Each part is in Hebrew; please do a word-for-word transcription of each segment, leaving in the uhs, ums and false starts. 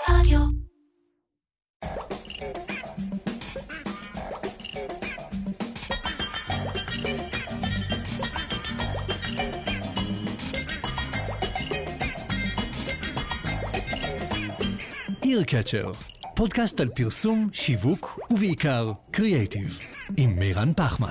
רדיו. אירקצ'ר, פודקאסט על פרסום, שיווק ובעיקר קריאייטיב, עם מירן פחמן.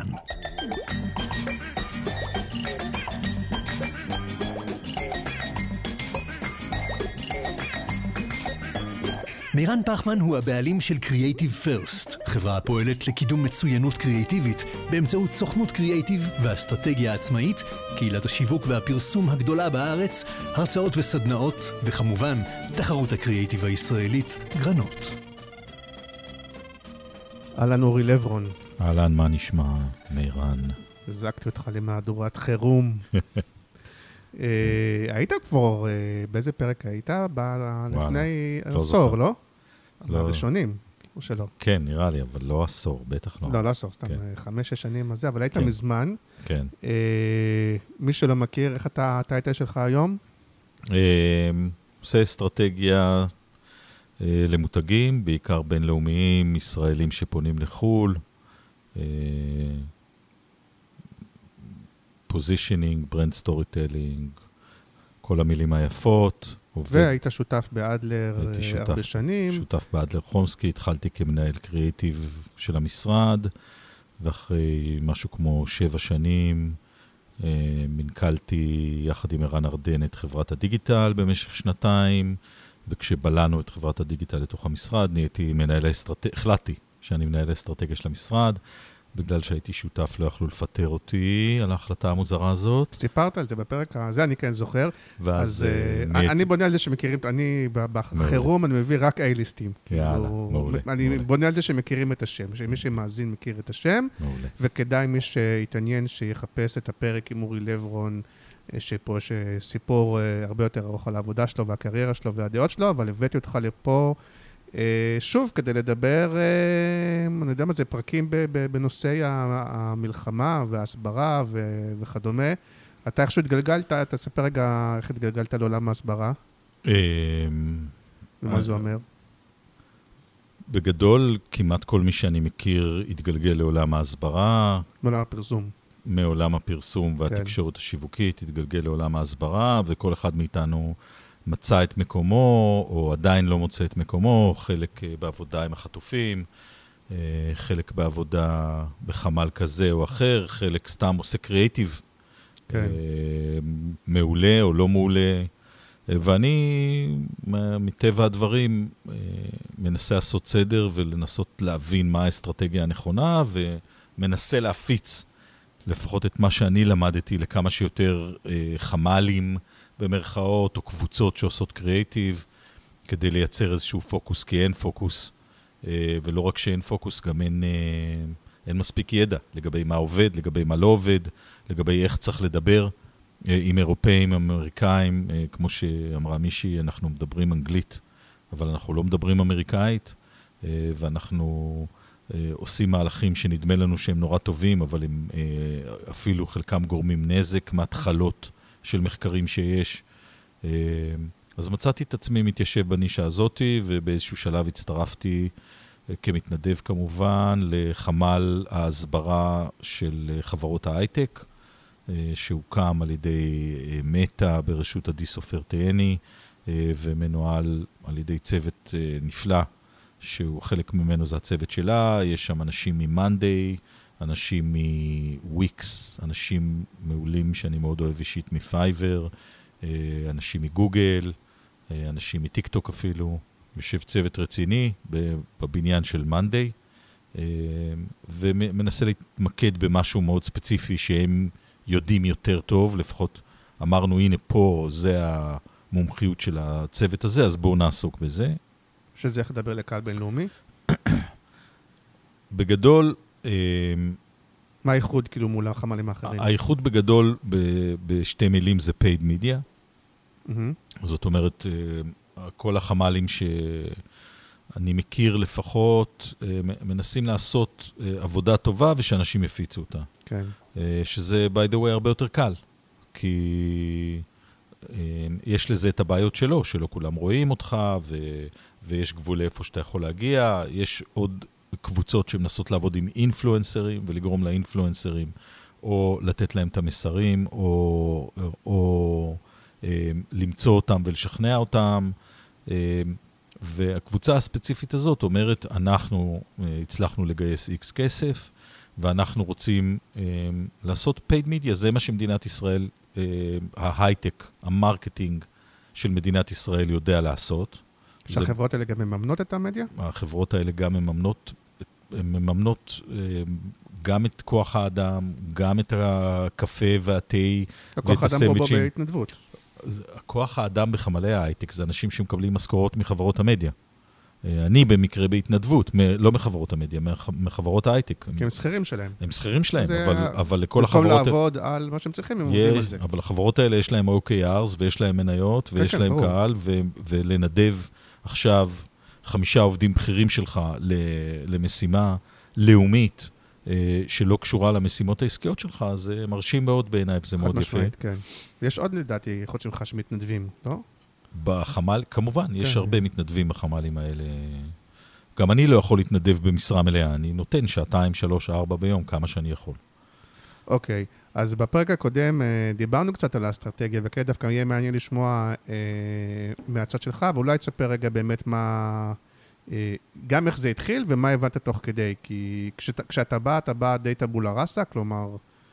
מירן פחמן הוא הבעלים של קריאייטיב פירסט, חברה הפועלת לקידום מצוינות קריאייטיבית באמצעות סוכנות קריאייטיב ואסטרטגיה עצמאית, קהילת השיווק והפרסום הגדולה בארץ, הרצאות וסדנאות, וכמובן, תחרות הקריאייטיב הישראלית, גרנות. אהלן אורי לברון. אהלן, מה נשמע, מירן? הזקתי אותך למהדורת חירום. היית כבר, באיזה פרק היית? לפני עשור, לא? הראשונים, או שלא? כן, נראה לי, אבל לא עשור, בטח לא. לא, לא עשור, סתם חמש, שש שנים הזה, אבל היית מזמן. כן. מי שלא מכיר, איך אתה היית שלך היום? עושה אסטרטגיה למותגים, בעיקר בינלאומיים, ישראלים שפונים לחול, פוזישנינג, ברנד סטורי טלינג, כל המילים היפות. והיית שותף באדלר הרבה שנים. שותף באדלר חומסקי, התחלתי כמנהל קריאיטיב של המשרד, ואחרי משהו כמו שבע שנים, מנכלתי יחד עם ערן ארדן את חברת הדיגיטל במשך שנתיים, וכשבלענו את חברת הדיגיטל לתוך המשרד, נהייתי מנהל האסטרטגיה, החלטתי שאני מנהל האסטרטגיה של המשרד, בגלל שהייתי שותף, לא יכלו לפטר אותי על ההחלטה המוזרה הזאת. סיפרת על זה בפרק הזה, אני כן זוכר. אז אני בונה על זה שמכירים, אני בחירום, אני מביא רק איי-ליסטים. יאללה, מעולה. אני בונה על זה שמכירים את השם, שמי שמאזין מכיר את השם, וכדאי מי שיתעניין שיחפש את הפרק עם אורי לברון, שפה יש סיפור הרבה יותר ארוך על העבודה שלו והקריירה שלו והדעות שלו, אבל הבאתי אותך לפה, שוב, כדי לדבר, אני יודע מה זה, פרקים בנושאי המלחמה וההסברה וכדומה. אתה איכשהו התגלגלת, תספר רגע איך התגלגלת לעולם ההסברה. ומה זה אומר? בגדול, כמעט כל מי שאני מכיר התגלגל לעולם ההסברה. מעולם הפרסום. מעולם הפרסום והתקשורת השיווקית, התגלגל לעולם ההסברה, וכל אחד מאיתנו מצא את מקומו, או עדיין לא מוצא את מקומו, חלק בעבודה עם החטופים, חלק בעבודה בחמל כזה או אחר, חלק סתם עושה קריאיטיב, כן. מעולה או לא מעולה, ואני מטבע הדברים מנסה לעשות סדר ולנסות להבין מה האסטרטגיה הנכונה, ומנסה להפיץ לפחות את מה שאני למדתי לכמה שיותר חמלים, במרכאות או קבוצות שעושות קריאיטיב, כדי לייצר איזשהו פוקוס, כי אין פוקוס, ולא רק שאין פוקוס, גם אין, אין מספיק ידע לגבי מה עובד, לגבי מה לא עובד, לגבי איך צריך לדבר עם אירופאים, אמריקאים, כמו שאמרה מישהי, אנחנו מדברים אנגלית, אבל אנחנו לא מדברים אמריקאית, ואנחנו עושים מהלכים שנדמה לנו שהם נורא טובים, אבל הם אפילו חלקם גורמים נזק מהתחלות, של מחקרים שיש. אז מצאתי את עצמי מתיישב בנישה הזאת, ובאיזשהו שלב הצטרפתי כמתנדב כמובן לחמל ההסברה של חברות ההייטק, שהוקם על ידי מטא ברשות עדי סופר תהני, ומנוהל על ידי צוות נפלא, שהוא חלק ממנו זה הצוות שלה, יש שם אנשים ממנדיי, אנשים מוויקס, אנשים מעולים שאני מאוד אוהב אישית מפייבר, אנשים מגוגל, אנשים מטיקטוק אפילו, יושב צוות רציני בבניין של מנדיי, ומנסה להתמקד במשהו מאוד ספציפי שהם יודעים יותר טוב, לפחות אמרנו הנה פה זה המומחיות של הצוות הזה, אז בואו נעסוק בזה. שזה איך לדבר לקהל בינלאומי? בגדול, מה הייחוד כאילו מול החמלים האחרים? הייחוד בגדול בשתי מילים זה paid media. זאת אומרת, כל החמלים שאני מכיר לפחות, מנסים לעשות עבודה טובה ושאנשים יפיצו אותה. כן. שזה, by the way, הרבה יותר קל. כי יש לזה את הבעיות שלו, שלא כולם רואים אותך, ו... ויש גבול איפה שאתה יכול להגיע. יש עוד קבוצות שמנסות לעבוד עם אינפלואנסרים, ולגרום לאינפלואנסרים, או לתת להם את המסרים, או, או, או אה, למצוא אותם ולשכנע אותם. אה, והקבוצה הספציפית הזאת אומרת, אנחנו אה, הצלחנו לגייס X כסף, ואנחנו רוצים אה, לעשות paid media. זה מה שמדינת ישראל, אה, ההייטק, המרקטינג של מדינת ישראל יודע לעשות. שהחברות האלה גם מממנות את המדיה? החברות האלה גם מממנות, מממנות גם את כוח האדם, גם את הקפה והתה הכוח האדם פה בו בהתנדבות. הכוח האדם בחמלי ההייטק זה אנשים שמקבלים משכורות מחברות המדיה. אני במקרה בהתנדבות, לא מחברות המדיה, מחברות ההייטק. כי הם שכירים שלהם. הם שכירים שלהם, אבל לכל החברות... במקום לעבוד על מה שהם צריכים, הם עובדים על זה. אבל החברות האלה יש להם או קיי אר'ס, ויש להם מניות, ויש להם קהל, ולנדב עכשיו חמישה עובדים בכירים שלך למשימה לאומית, שלא קשורה למשימות העסקיות שלך, זה מרשים מאוד בעיניי, וזה מאוד יפה. כן. ויש עוד לדעתי, חוץ ממך שמתנדבים, לא? בחמ"ל, כמובן, יש הרבה מתנדבים בחמ"לים האלה. גם אני לא יכול להתנדב במשרה מלאה, אני נותן שעתיים, שלוש, ארבע ביום, כמה שאני יכול. אוקיי, אז בפרק הקודם דיברנו קצת על האסטרטגיה, וכאלה דווקא יהיה מעניין לשמוע מהצד שלך, ואולי תספר רגע באמת מה... גם איך זה התחיל ומה הבנת תוך כדי, כי כשאתה, כשאתה בא, אתה בא די טבולה ראסה, כלומר,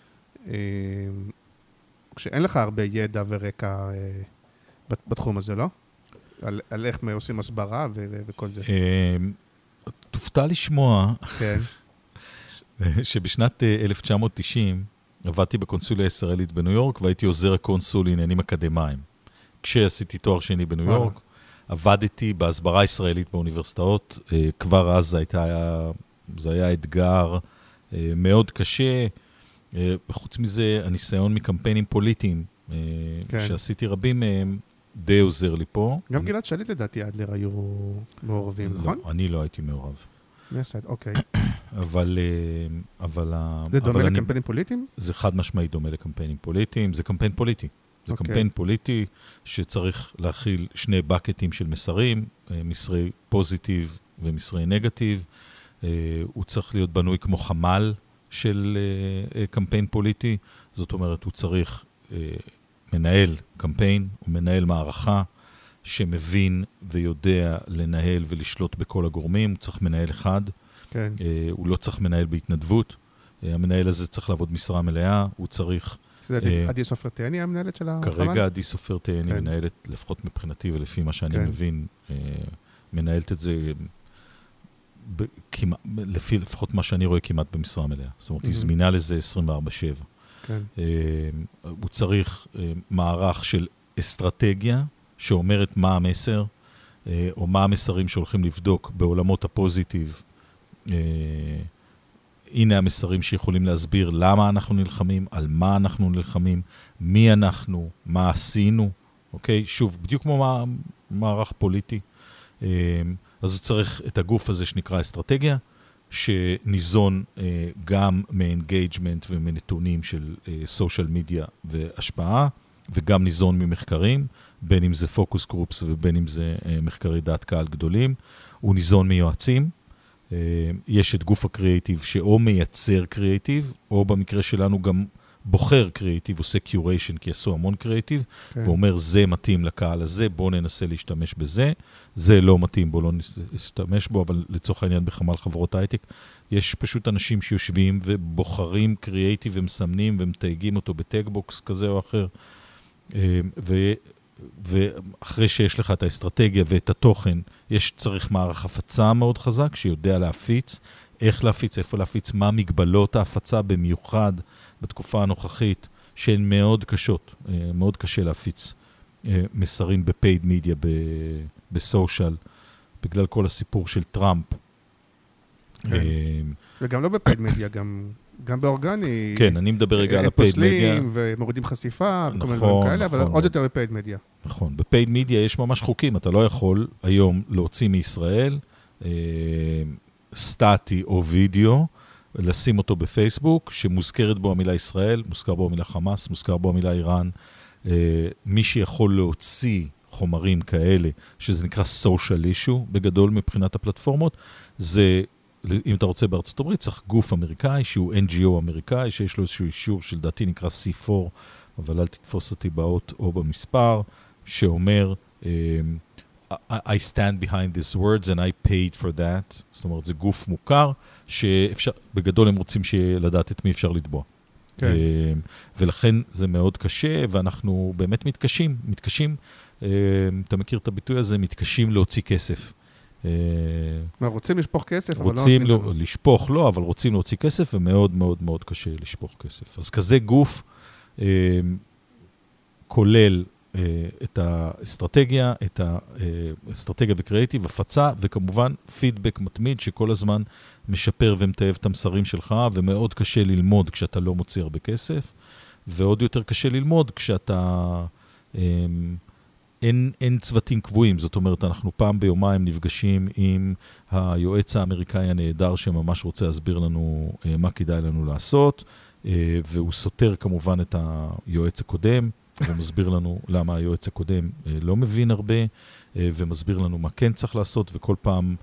כשאין לך הרבה ידע ורקע בתחום הזה, לא? על, על איך עושים הסברה ו- ו- וכל זה. תופתע לשמוע כן. שבשנת אלף תשע מאות תשעים עבדתי בקונסוליה הישראלית בניו יורק, והייתי עוזר הקונסול לעניינים אקדמיים. כשעשיתי תואר שני בניו יורק, עבדתי בהסברה הישראלית באוניברסיטאות, כבר אז זה, הייתה, זה היה אתגר מאוד קשה, וחוץ מזה הניסיון מקמפיינים פוליטיים, כן. שעשיתי רבים מהם, די עוזר לי פה. גם אני... גלעד שליט לדעתי אדלר היו מעורבים, לא, נכון? אני לא הייתי מעורב. מייסד, אוקיי. אבל... אבל זה דומה אבל לקמפיינים אני... פוליטיים? זה חד משמעית דומה לקמפיינים פוליטיים, זה קמפיין פוליטי. זה okay. קמפיין פוליטי שצריך להכיל שני בקטים של מסרים, מסרי פוזיטיב ומסרי נגטיב. הוא צריך להיות בנוי כמו חמל של קמפיין פוליטי. זאת אומרת, הוא צריך מנהל קמפיין, הוא מנהל מערכה שמבין ויודע לנהל ולשלוט בכל הגורמים. הוא צריך מנהל אחד. כן. הוא לא צריך מנהל בהתנדבות. המנהל הזה צריך לעבוד משרה מלאה. הוא צריך... זה עדי סופר תהני המנהלת של החמ"ל? כרגע עדי סופר תהני מנהלת, לפחות מבחינתי ולפי מה שאני מבין, מנהלת את זה, לפי לפחות מה שאני רואה כמעט במשרה מלאה. זאת אומרת, היא זמינה לזה עשרים וארבע שבע. הוא צריך מערך של אסטרטגיה, שאומרת מה המסר, או מה המסרים שהולכים לבדוק בעולמות הפוזיטיב, הנה המסרים שיכולים להסביר למה אנחנו נלחמים, על מה אנחנו נלחמים, מי אנחנו, מה עשינו, אוקיי? שוב, בדיוק כמו מערך פוליטי. אז הוא צריך את הגוף הזה שנקרא אסטרטגיה, שניזון גם מאנגייג'מנט ומנתונים של סושיאל מדיה והשפעה, וגם ניזון ממחקרים, בין אם זה פוקוס גרופס ובין אם זה מחקרי דעת קהל גדולים. הוא ניזון מיועצים, יש את גוף הקריאיטיב שאו מייצר קריאיטיב, או במקרה שלנו גם בוחר קריאיטיב, עושה קיוריישן, כי עשו המון קריאיטיב, כן. ואומר, זה מתאים לקהל הזה, בוא ננסה להשתמש בזה, זה לא מתאים, בוא לא נשתמש בו, אבל לצורך העניין בחמ"ל חברות הייטק, יש פשוט אנשים שיושבים ובוחרים קריאיטיב ומסמנים, ומתייגים אותו בטגבוקס כזה או אחר, ו... ואחרי שיש לך את האסטרטגיה ואת התוכן, יש צריך מערך הפצה מאוד חזק, שיודע להפיץ, איך להפיץ, איפה להפיץ, מה מגבלות ההפצה, במיוחד בתקופה הנוכחית, שהן מאוד קשות, מאוד קשה להפיץ מסרים בפייד מדיה, בסושיאל, בגלל כל הסיפור של טראמפ. וגם לא בפייד מדיה, גם... גם באורגני, כן, אני מדבר רגע על הפייד מדיה. פוסלים ומורידים חשיפה, וכל מיני דברים כאלה, אבל עוד יותר בפייד מדיה. נכון, בפייד מדיה יש ממש חוקים, אתה לא יכול היום להוציא מישראל סטטי או וידאו, לשים אותו בפייסבוק, שמוזכרת בו המילה ישראל, מוזכר בו המילה חמאס, מוזכר בו המילה איראן. מי שיכול להוציא חומרים כאלה, שזה נקרא social issue, בגדול מבחינת הפלטפורמות, זה, אם אתה רוצה בארצות הברית, צריך גוף אמריקאי, שהוא אן ג'י או אמריקאי, שיש לו איזשהו אישור של דעתי נקרא סי פור, אבל אל תתפוס אותי באות או במספר, שאומר, um, I stand behind these words and I paid for that. זאת אומרת, זה גוף מוכר, שאפשר, בגדול הם רוצים לדעת את מי אפשר לתבוע. כן. ולכן זה מאוד קשה, ואנחנו באמת מתקשים, מתקשים, אתה מכיר את הביטוי הזה, מתקשים להוציא כסף. רוצים לשפוך כסף, אבל לא... רוצים לשפוך, לא, אבל רוצים להוציא כסף, ומאוד מאוד מאוד קשה לשפוך כסף. אז כזה גוף כולל את האסטרטגיה, את האסטרטגיה וקריאטיב, הפצה, וכמובן פידבק מתמיד שכל הזמן משפר ומטייב את המסרים שלך, ומאוד קשה ללמוד כשאתה לא מוציא הרבה כסף, ועוד יותר קשה ללמוד כשאתה... אין, אין צוותים קבועים, זאת אומרת, אנחנו פעם ביומיים נפגשים עם היועץ האמריקאי הנהדר שממש רוצה להסביר לנו מה כדאי לנו לעשות, והוא סותר כמובן את היועץ הקודם, הוא מסביר לנו למה היועץ הקודם לא מבין הרבה, ומסביר לנו מה כן צריך לעשות, וכל פעם,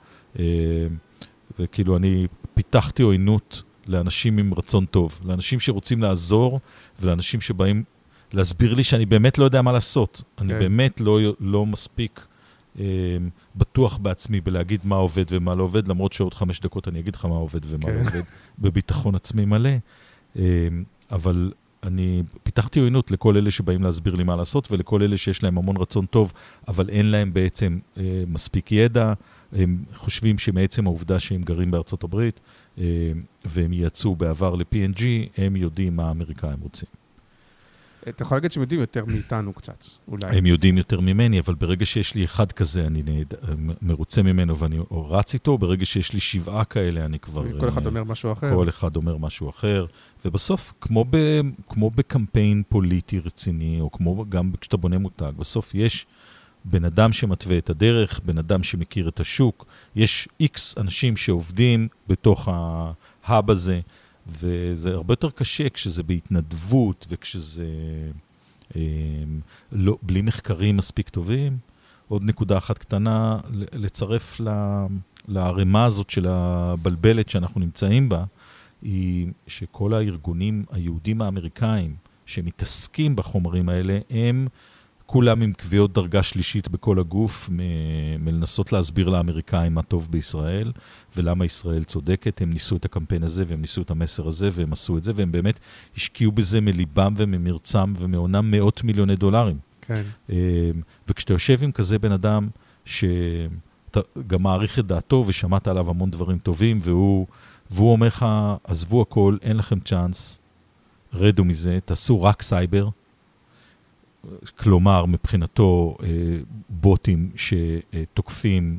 וכאילו אני פיתחתי עוינות לאנשים עם רצון טוב, לאנשים שרוצים לעזור, ולאנשים שבאים להסביר לי שאני באמת לא יודע מה לעשות. אני באמת לא, לא מספיק בטוח בעצמי בלהגיד מה עובד ומה לא עובד, למרות שעוד חמש דקות אני אגיד לך מה עובד ומה לא עובד, בביטחון עצמי מלא. אבל אני פיתחתי עוינות לכל אלה שבאים להסביר לי מה לעשות, ולכל אלה שיש להם המון רצון טוב, אבל אין להם בעצם אה, מספיק ידע. הם חושבים שמעצם העובדה שהם גרים בארצות הברית, אה, והם יצאו בעבר ל-פי אן ג'י, הם יודעים מה האמריקאים רוצים. אתה יכול להגיד שהם יודעים יותר מאיתנו קצת, אולי. הם יודעים יותר ממני, אבל ברגע שיש לי אחד כזה, אני נהד... מרוצה ממנו ואני רץ איתו, ברגע שיש לי שבעה כאלה, אני כבר... כל אחד אומר משהו אחר. כל אחד אומר משהו אחר, ובסוף, כמו, ב... כמו בקמפיין פוליטי רציני, או כמו גם כשאתה בונה מותג, בסוף יש בן אדם שמתווה את הדרך, בן אדם שמכיר את השוק, יש איקס אנשים שעובדים בתוך ההאב הזה, וזה הרבה יותר קשה כשזה בהתנדבות וכשזה אה, לא, בלי מחקרים מספיק טובים. עוד נקודה אחת קטנה, לצרף להרמה הזאת של הבלבלת שאנחנו נמצאים בה, היא שכל הארגונים היהודים האמריקאים שמתעסקים בחומרים האלה, הם כולם עם קביעות דרגה שלישית בכל הגוף, מ- מלנסות להסביר לאמריקאים מה טוב בישראל, ולמה ישראל צודקת. הם ניסו את הקמפיין הזה, והם ניסו את המסר הזה, והם עשו את זה, והם באמת השקיעו בזה מליבם וממרצם, ומעונם מאות מיליוני דולרים. כן. וכשאתה יושב עם כזה בן אדם, שאתה גם מעריך את דעתו, ושמעת עליו המון דברים טובים, והוא, והוא אומר לך, עזבו הכל, אין לכם צ'אנס, רדו מזה, תעשו רק סייבר, כלומר, מבחינתו, בוטים שתוקפים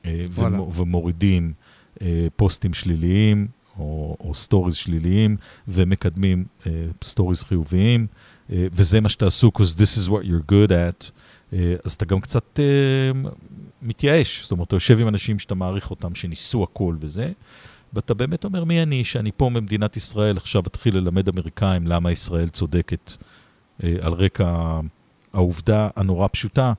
ומורידים פוסטים שליליים, או, או סטוריז שליליים, ומקדמים סטוריז חיוביים, וזה מה שתעשו, because this is what you're good at, אז אתה גם קצת מתייאש, זאת אומרת, אתה יושב עם אנשים שאתה מעריך אותם, שניסו הכל וזה, ואתה באמת אומר, מי אני, שאני פה ממדינת ישראל, עכשיו אתחיל ללמד אמריקאים למה ישראל צודקת, על רקע העובדה הנורא פשוטה,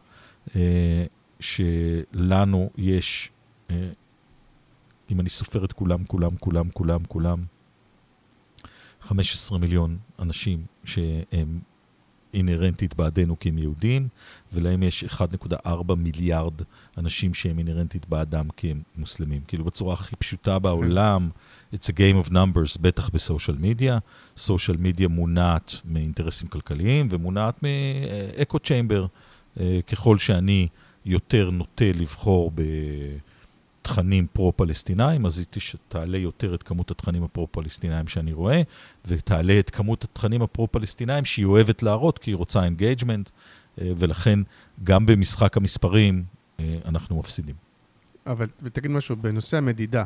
שלנו יש, אם אני סופר את כולם, כולם, כולם, כולם, כולם, חמישה עשר מיליון אנשים שהם אינרנטית בעדנו כי הם יהודים, ולהם יש אחד נקודה ארבע מיליארד אנשים שהם אינרנטית בעדם כי הם מוסלמים. כאילו בצורה הכי פשוטה בעולם, it's a game of numbers, בטח בסושיאל מדיה. סושיאל מדיה מונעת מאינטרסים כלכליים, ומונעת מאקו צ'יימבר. ככל שאני יותר נוטה לבחור בתכנים פרו-פלסטינאים, אז היא תעלה יותר את כמות התכנים הפרו-פלסטינאים שאני רואה, ותעלה את כמות התכנים הפרו-פלסטינאים שהיא אוהבת להראות, כי היא רוצה אינגייג'מנט, ולכן גם במשחק המספרים אנחנו מפסידים. אבל תגיד משהו, בנושא המדידה,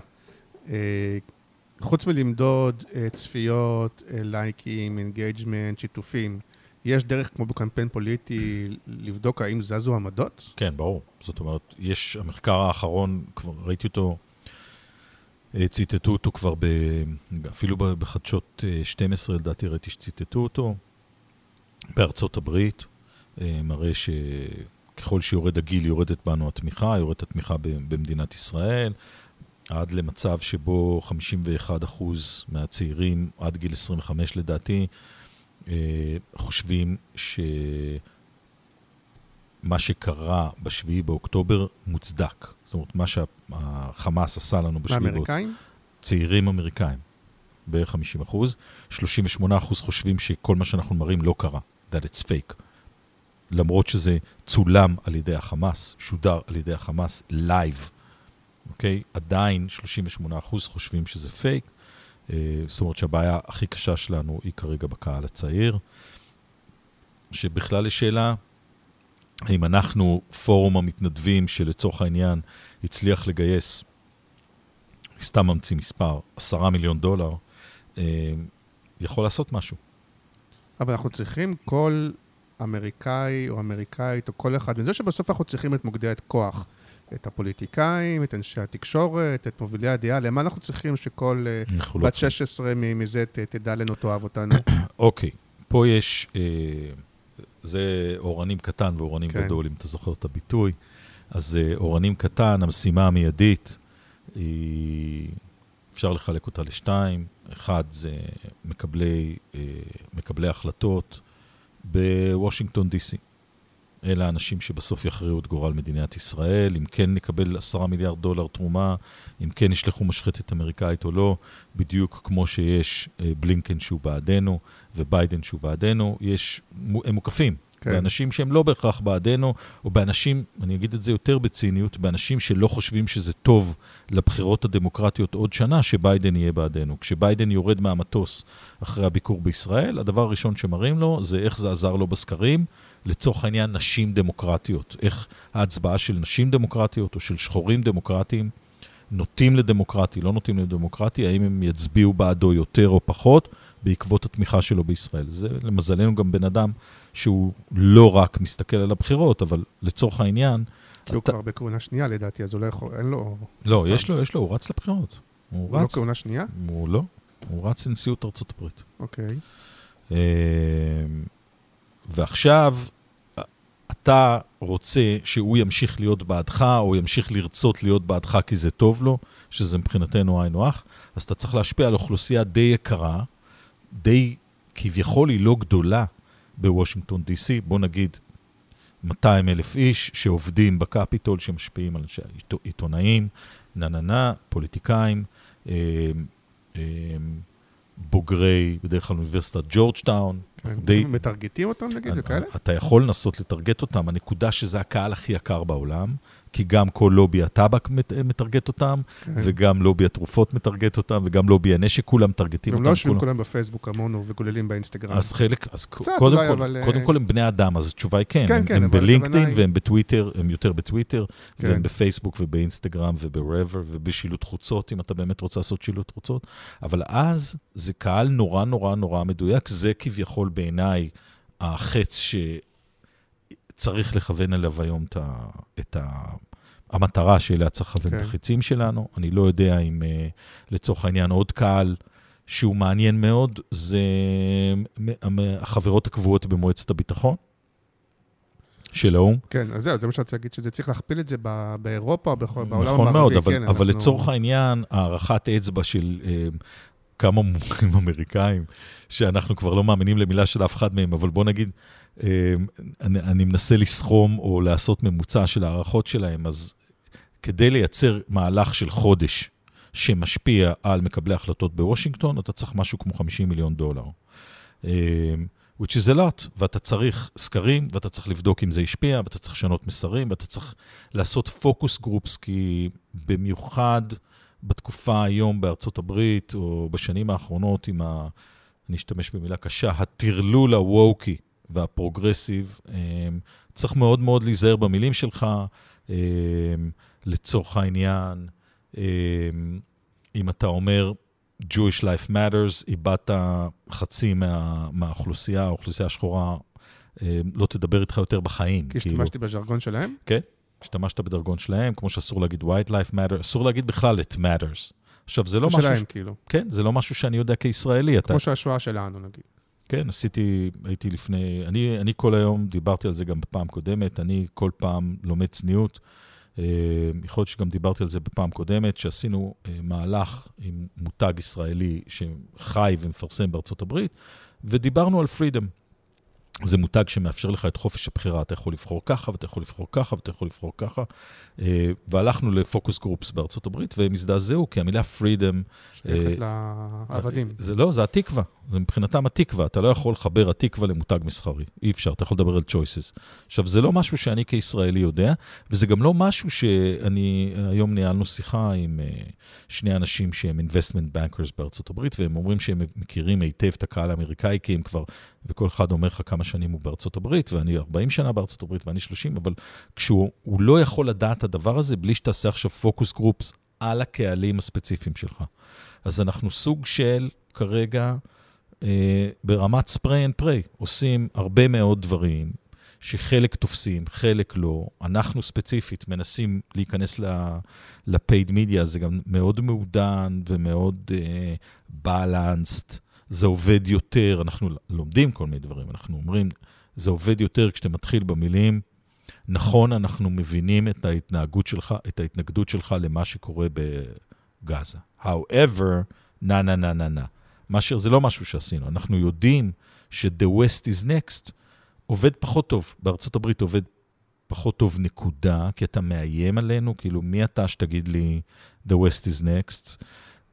חוץ מלמדוד צפיות, לייקים, אינגייג'מנט, שיתופים, יש דרך כמו בקמפיין פוליטי לבדוק האם זזו עמדות? כן, ברור. זאת אומרת, יש המחקר האחרון, כבר ראיתי אותו, ציטטו אותו כבר, ב, אפילו בחדשות שתים עשרה, לדעתי ראיתי שציטטו אותו, בארצות הברית, מראה ככל שיורד הגיל, יורדת בנו התמיכה, יורדת התמיכה במדינת ישראל, עד למצב שבו חמישים ואחד אחוז מהצעירים, עד גיל עשרים וחמש לדעתי, חושבים שמה שקרה בשביעי באוקטובר מוצדק. זאת אומרת, מה שהחמאס עשה לנו בשביעי באוקטובר. האמריקאים? צעירים אמריקאים, בערך חמישים אחוז. שלושים ושמונה אחוז חושבים שכל מה שאנחנו מראים לא קרה, that it's fake. למרות שזה צולם על ידי החמאס, שודר על ידי החמאס, לייב. אוקיי? עדיין שלושים ושמונה אחוז חושבים שזה פייק. זאת אומרת שהבעיה הכי קשה שלנו היא כרגע בקהל הצעיר. שבכלל יש שאלה, האם אנחנו פורום המתנדבים שלצורך העניין הצליח לגייס, סתם ממציא מספר, עשרה מיליון דולר, יכול לעשות משהו. אבל אנחנו צריכים כל אמריקאי או אמריקאית או כל אחד, וזה שבסוף אנחנו צריכים את מוקדי הכוח, את הפוליטיקאים, את אנשי התקשורת, את מובילי הדעה, למה אנחנו צריכים שכל בת שש עשרה מזה תדע לנו תאהב אותנו? אוקיי, פה יש, זה אורנים קטן ואורנים גדול, אם אתה זוכר את הביטוי, אז אורנים קטן, המשימה המיידית, אפשר לחלק אותה לשתיים, אחד זה מקבלי, מקבלי החלטות בוושינגטון די סי. אלה האנשים שבסוף יכריעו את גורל מדינת ישראל, אם כן נקבל עשרה מיליארד דולר תרומה, אם כן ישלחו משחטת אמריקאית או לא, בדיוק כמו שיש בלינקן שהוא בעדנו וביידן שהוא בעדנו, יש, הם מוקפים. כן. באנשים שהם לא בהכרח בעדנו, או באנשים, אני אגיד את זה יותר בציניות, באנשים שלא חושבים שזה טוב לבחירות הדמוקרטיות עוד שנה, שביידן יהיה בעדנו. כשביידן יורד מהמטוס אחרי הביקור בישראל, הדבר הראשון שמראים לו זה איך זה עזר לו בסקרים, לצורך העניין נשים דמוקרטיות. איך ההצבעה של נשים דמוקרטיות או של שחורים דמוקרטיים נוטים לדמוקרטי, לא נוטים לדמוקרטי, האם הם יצביעו בעדו יותר או פחות בעקבות התמיכה שלו בישראל. זה למזלנו גם בן אדם שהוא לא רק מסתכל על הבחירות, אבל לצורך העניין... כי הוא כבר בכהונה שנייה לדעתי, אז הוא לא יכול, אין לו... לא, יש לו, יש לו, הוא רץ לבחירות. הוא לא כהונה שנייה? הוא לא, הוא רץ לנשיאות ארצות הברית. אוקיי. ועכשיו, אתה רוצה שהוא ימשיך להיות בעדך, או ימשיך לרצות להיות בעדך כי זה טוב לו, שזה מבחינתנו עין נוח, אז אתה צריך להשפיע על אוכלוסייה די יקרה, די כביכול היא לא גדולה בוושינגטון די סי, בוא נגיד מאתיים אלף איש שעובדים בקפיטול, שמשפיעים על עיתונאים, נננה, פוליטיקאים, בוגרי, בדרך כלל אוניברסיטת ג'ורג'טאון. מטרגטים אותם נגיד, וכאלה? אתה יכול לנסות לטרגט אותם, הנקודה שזה הקהל הכי יקר בעולם, כי גם כל לובי הטבק מטרגט אותם, וגם לובי התרופות מטרגט אותם, וגם לובי הנשק, כולם מטרגטים אותם. הם לא יושבים כולם בפייסבוק כמונו וגוללים באינסטגרם. אז חלק, אז קודם כל הם בני אדם, אז התשובה היא כן. הם בלינקדאין והם בטוויטר, הם יותר בטוויטר, והם בפייסבוק ובאינסטגרם וברבר ובשילוט חוצות, אם אתה באמת רוצה לעשות שילוט חוצות. אבל אז זה קהל נורא נורא נורא מדויק, זה כביכול בעיניי החץ ש... צריך לכוון עליו היום את, ה, את ה, המטרה שאליה צריך לכוון okay. את החיצים שלנו. אני לא יודע אם לצורך העניין עוד קהל שהוא מעניין מאוד, זה החברות הקבועות במועצת הביטחון של האום. כן, אז זהו, זה מה שרציתי להגיד, שזה צריך להכפיל את זה באירופה או בעולם המערבי. נכון מאוד, אבל, כן, אבל אנחנו... לצורך העניין, הערכת אצבע של... כמה מומחים אמריקאים, שאנחנו כבר לא מאמינים למילה של אף אחד מהם, אבל בוא נגיד, אני, אני מנסה לסכום או לעשות ממוצע של הערכות שלהם, אז כדי לייצר מהלך של חודש שמשפיע על מקבלי החלטות בוושינגטון, אתה צריך משהו כמו חמישים מיליון דולר. which is a lot, ואתה צריך סקרים, ואתה צריך לבדוק אם זה ישפיע, ואתה צריך לשנות מסרים, ואתה צריך לעשות פוקוס גרופס, כי במיוחד בתקופה היום בארצות הברית, או בשנים האחרונות, עם ה... אני אשתמש במילה קשה, הטרלול הווקי והפרוגרסיב, צריך מאוד מאוד להיזהר במילים שלך, לצורך העניין, אם אתה אומר, Jewish Life Matters, איבדת חצי מה, מהאוכלוסייה, האוכלוסייה השחורה, לא תדבר איתך יותר בחיים. כי השתמשתי בז'רגון שלהם? כן, השתמשת בדרגון שלהם, כמו שאסור להגיד White Life Matters, אסור להגיד בכלל it matters. עכשיו, זה לא משהו... שלהם, כאילו. כן, זה לא משהו שאני יודע כישראלי. כמו שהשואה שלנו, נגיד. כן, עשיתי, הייתי לפני, אני, אני כל היום, דיברתי על זה גם בפעם קודמת, אני כל פעם לומד צניעות, יכול להיות שגם דיברתי על זה בפעם קודמת, שעשינו מהלך עם מותג ישראלי שחי ומפרסם בארצות הברית, ודיברנו על פרידם. זה מותג שמאפשר לך את חופש הבחירה, אתה יכול לבחור ככה, ואתה יכול לבחור ככה, ואתה יכול לבחור ככה, והלכנו לפוקוס גרופס בארצות הברית, והם הזדעזעו, כי המילה פרידם... שייכת לעבדים. זה לא, זה התקווה, זה מבחינתם התקווה, אתה לא יכול לחבר התקווה למותג מסחרי, אי אפשר, אתה יכול לדבר על choices. עכשיו, זה לא משהו שאני כישראלי יודע, וזה גם לא משהו שאני, היום ניהלנו שיחה עם שני אנשים שהם investment bankers בארצות הברית, והם אומרים שהם מכירים היטב את הקהל האמריקאי, כי הם כבר, וכל אחד אומר לך כמה שנים הוא בארצות הברית, ואני ארבעים שנה בארצות הברית, ואני שלושים, אבל כשהוא לא יכול לדעת את הדבר הזה, בלי שתעשה עכשיו פוקוס גרופס על הקהלים הספציפיים שלך. אז אנחנו סוג של, כרגע, אה, ברמת ספרי אנד פריי, עושים הרבה מאוד דברים, שחלק תופסים, חלק לא. אנחנו ספציפית מנסים להיכנס לפייד מידיה, זה גם מאוד מעודן ומאוד אה, בלנסט, זה עובד יותר, אנחנו לומדים כל מיני דברים, אנחנו אומרים, זה עובד יותר כשאתה מתחיל במילים, נכון, אנחנו מבינים את ההתנהגות שלך, את ההתנגדות שלך למה שקורה בגאזה. However, נה, נה, נה, נה, נה. מאשר זה לא משהו שעשינו. אנחנו יודעים ש-The West is next עובד פחות טוב. בארצות הברית עובד פחות טוב נקודה, כי אתה מאיים עלינו, כאילו מי אתה שתגיד לי The West is next?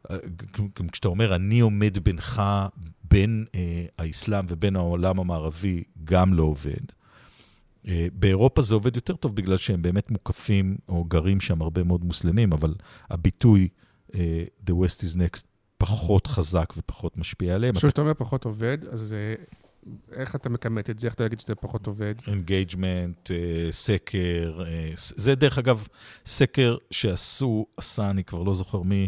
כשאתה אומר, אני עומד בינך, בין אה, האסלאם ובין העולם המערבי, גם לא עובד. אה, באירופה זה עובד יותר טוב, בגלל שהם באמת מוקפים, או גרים שם הרבה מאוד מוסלמים, אבל הביטוי, אה, The West is next, פחות חזק ופחות משפיע עליהם. כשאתה אתה... אומר פחות עובד, אז אה, איך אתה מקמת את זה? איך אתה יגיד שזה פחות עובד? Engagement, אה, סקר, אה, זה דרך אגב, סקר שעשו, עשה, אני כבר לא זוכר מי,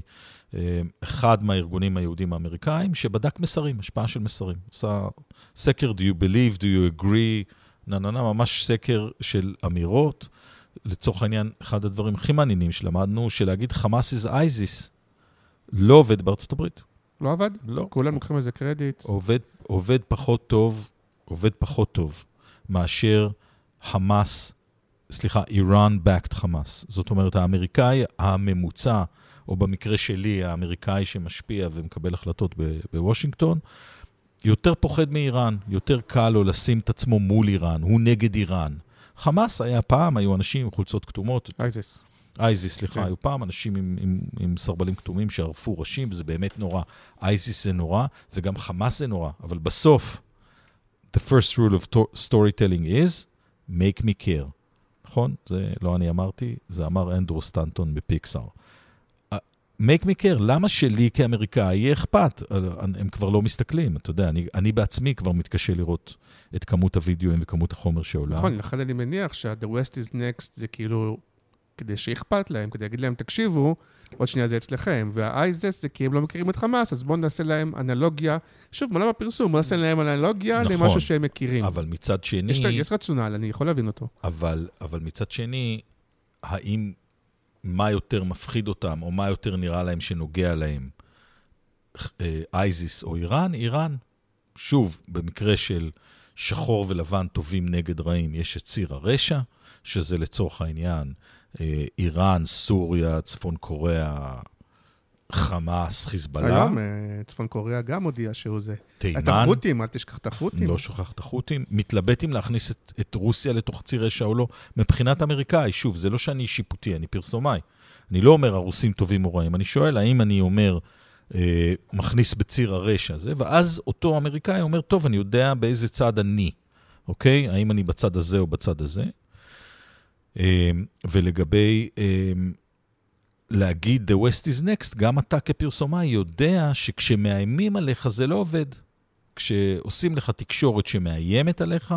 אחד מהארגונים היהודים האמריקאים, שבדק מסרים, השפעה של מסרים. עשה סקר, do you believe, do you agree, נה, נה, נה, ממש סקר של אמירות. לצורך העניין, אחד הדברים הכי מעניינים שלמדנו, שלהגיד חמאס is ISIS, לא עובד בארצות הברית. לא עבד? לא. כולם לוקחים איזה קרדיט. עובד, עובד פחות טוב, עובד פחות טוב, מאשר חמאס, סליחה, Iran-backed חמאס. זאת אומרת, האמריקאי הממוצע, או במקרה שלי, האמריקאי שמשפיע ומקבל החלטות בוושינגטון, יותר פוחד מאיראן, יותר קל לו לשים את עצמו מול איראן, הוא נגד איראן. חמאס היה פעם, היו אנשים עם חולצות כתומות. אייזיס. אייזיס, סליחה, היו פעם אנשים עם, עם, עם סרבלים כתומים שערפו ראשים, וזה באמת נורא. אייזיס זה נורא, וגם חמאס זה נורא. אבל בסוף, the first rule of storytelling is, make me care. נכון? זה לא אני אמרתי, זה אמר אנדרו סטנטון בפיקסאר. make me care, למה שלי כאמריקאי יהיה אכפת? הם כבר לא מסתכלים, אתה יודע, אני, אני בעצמי כבר מתקשה לראות את כמות הוידאוים וכמות החומר שעולה. נכון, לכן אני מניח שה-The West is next זה כאילו, כדי שאכפת להם, כדי להגיד להם, תקשיבו, עוד שנייה זה אצלכם, וה-ISIS זה כי הם לא מכירים את חמאס, אז בואו נעשה להם אנלוגיה, שוב, מעולם הפרסום, בואו נעשה להם אנלוגיה נכון, למשהו שהם מכירים. אבל מצד שני... יש, יש רציונל, אני יכול להבין אותו. אבל, אבל מצד שני, האם... מה יותר מפחיד אותם, או מה יותר נראה להם שנוגע להם, אייזיס או איראן, איראן. שוב, במקרה של שחור ולבן טובים נגד רעים, יש את ציר הרשע, שזה לצורך העניין, איראן, סוריה, צפון קוריאה, חמאס, חיזבאללה. היום צפון קוריאה גם הודיע שהוא זה. תימן. את החות'ים, אל תשכח את החות'ים. לא שוכח את החות'ים. מתלבטים להכניס את, את רוסיה לתוך ציר רשע או לא. מבחינת אמריקאי, שוב, זה לא שאני שיפוטי, אני פרסומאי. אני לא אומר הרוסים טובים או רעים. אני שואל, האם אני אומר, אה, מכניס בציר הרשע הזה, ואז אותו אמריקאי אומר, טוב, אני יודע באיזה צד אני. אוקיי? האם אני בצד הזה או בצד הזה? אה, ולגבי... אה, להגיד The West is next, גם אתה כפרסומאי יודע שכשמאיימים עליך זה לא עובד. כשעושים לך תקשורת שמאיימת עליך,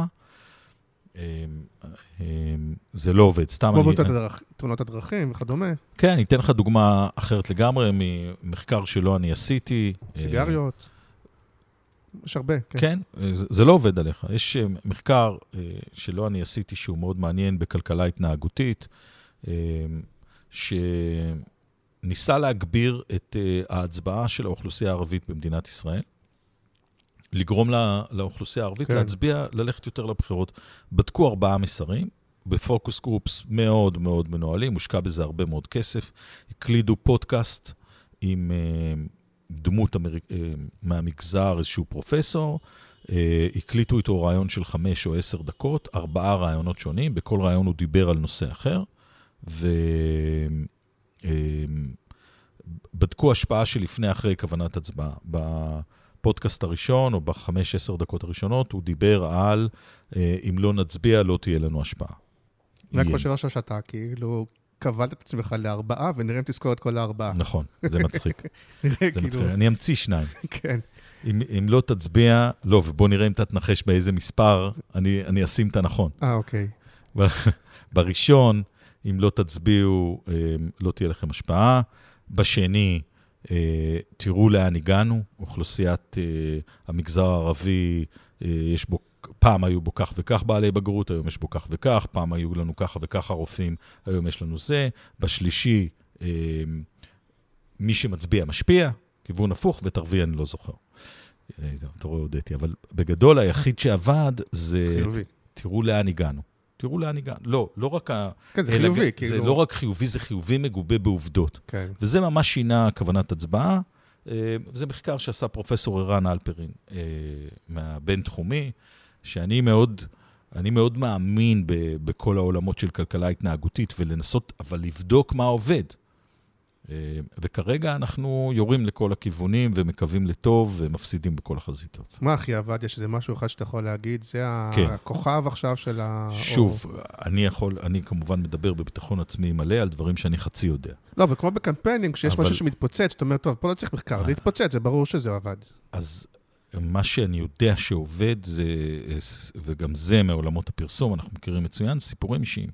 זה לא עובד. סתם כמו תאונות הדרכים וכדומה. כן, אני אתן לך דוגמה אחרת לגמרי, ממחקר שלא אני עשיתי. סיגריות. יש הרבה. כן, זה לא עובד עליך. יש מחקר שלא אני עשיתי שהוא מאוד מעניין בכלכלה התנהגותית, שניסה להגביר את ההצבעה של האוכלוסייה הערבית במדינת ישראל, לגרום לא, לאוכלוסייה הערבית, כן. להצביע, ללכת יותר לבחירות. בדקו ארבעה מסרים, בפוקוס גרופס מאוד מאוד מנוהלים, מושקע בזה הרבה מאוד כסף, הקלידו פודקאסט עם uh, דמות אמריק... uh, מהמגזר, איזשהו פרופסור, uh, הקליטו איתו רעיון של חמש או עשר דקות, ארבעה רעיונות שונים, בכל רעיון הוא דיבר על נושא אחר, ובדקו uh, השפעה שלפני אחרי כוונת הצבעה. בפודקאסט הראשון, או בחמש עשר דקות הראשונות, הוא דיבר על, uh, אם לא נצביע, לא תהיה לנו השפעה. רק כמו שלא שאתה, כאילו, קבלת את עצמך לארבעה, ונראה אם תזכור את כל הארבעה. נכון, זה מצחיק. נראה זה כאילו... מצחיק. אני אמציא שניים. כן. אם, אם לא תצביע, לא, ובוא נראה אם אתה תנחש באיזה מספר, אני, אני אשים את הנכון. אה, אוקיי. בראשון, אם לא תצביעו, לא תהיה לכם השפעה. בשני, תראו לאן הגענו, אוכלוסיית המגזר הערבי, יש בו, פעם היו בו כך וכך בעלי בגרות, היום יש בו כך וכך, פעם היו לנו ככה וככה רופאים, היום יש לנו זה. בשלישי, מי שמצביע משפיע, כיוון הפוך, ותרבי אני לא זוכר. אתה רואה הודיתי, אבל בגדול היחיד שעבד זה, תראו לאן הגענו. תראו לאן הגענו. לא, לא רק ה... כן, זה חיובי. זה לא רק חיובי, זה חיובי מגובה בעובדות. כן. וזה ממש שינה כוונת הצבעה. וזה מחקר שעשה פרופסור ערן אלפרין, מהבין-תחומי, שאני מאוד, אני מאוד מאמין בכל העולמות של כלכלה התנהגותית, ולנסות, אבל לבדוק מה עובד. וכרגע אנחנו יורים לכל הכיוונים, ומקווים לטוב, ומפסידים בכל החזיתות. מה הכי עבד? יש איזה משהו אחד שאתה יכול להגיד? זה הכוכב עכשיו של ה... שוב, אני יכול, אני כמובן מדבר בביטחון עצמי מלא, על דברים שאני חצי יודע. לא, וכמו בקמפיינינג, כשיש משהו שמתפוצץ, אתה אומר, טוב, פה לא צריך מחקר, זה יתפוצץ, זה ברור שזה עבד. אז מה שאני יודע שעובד, זה, וגם זה מעולמות הפרסום, אנחנו מכירים מצוין, סיפורים אישיים.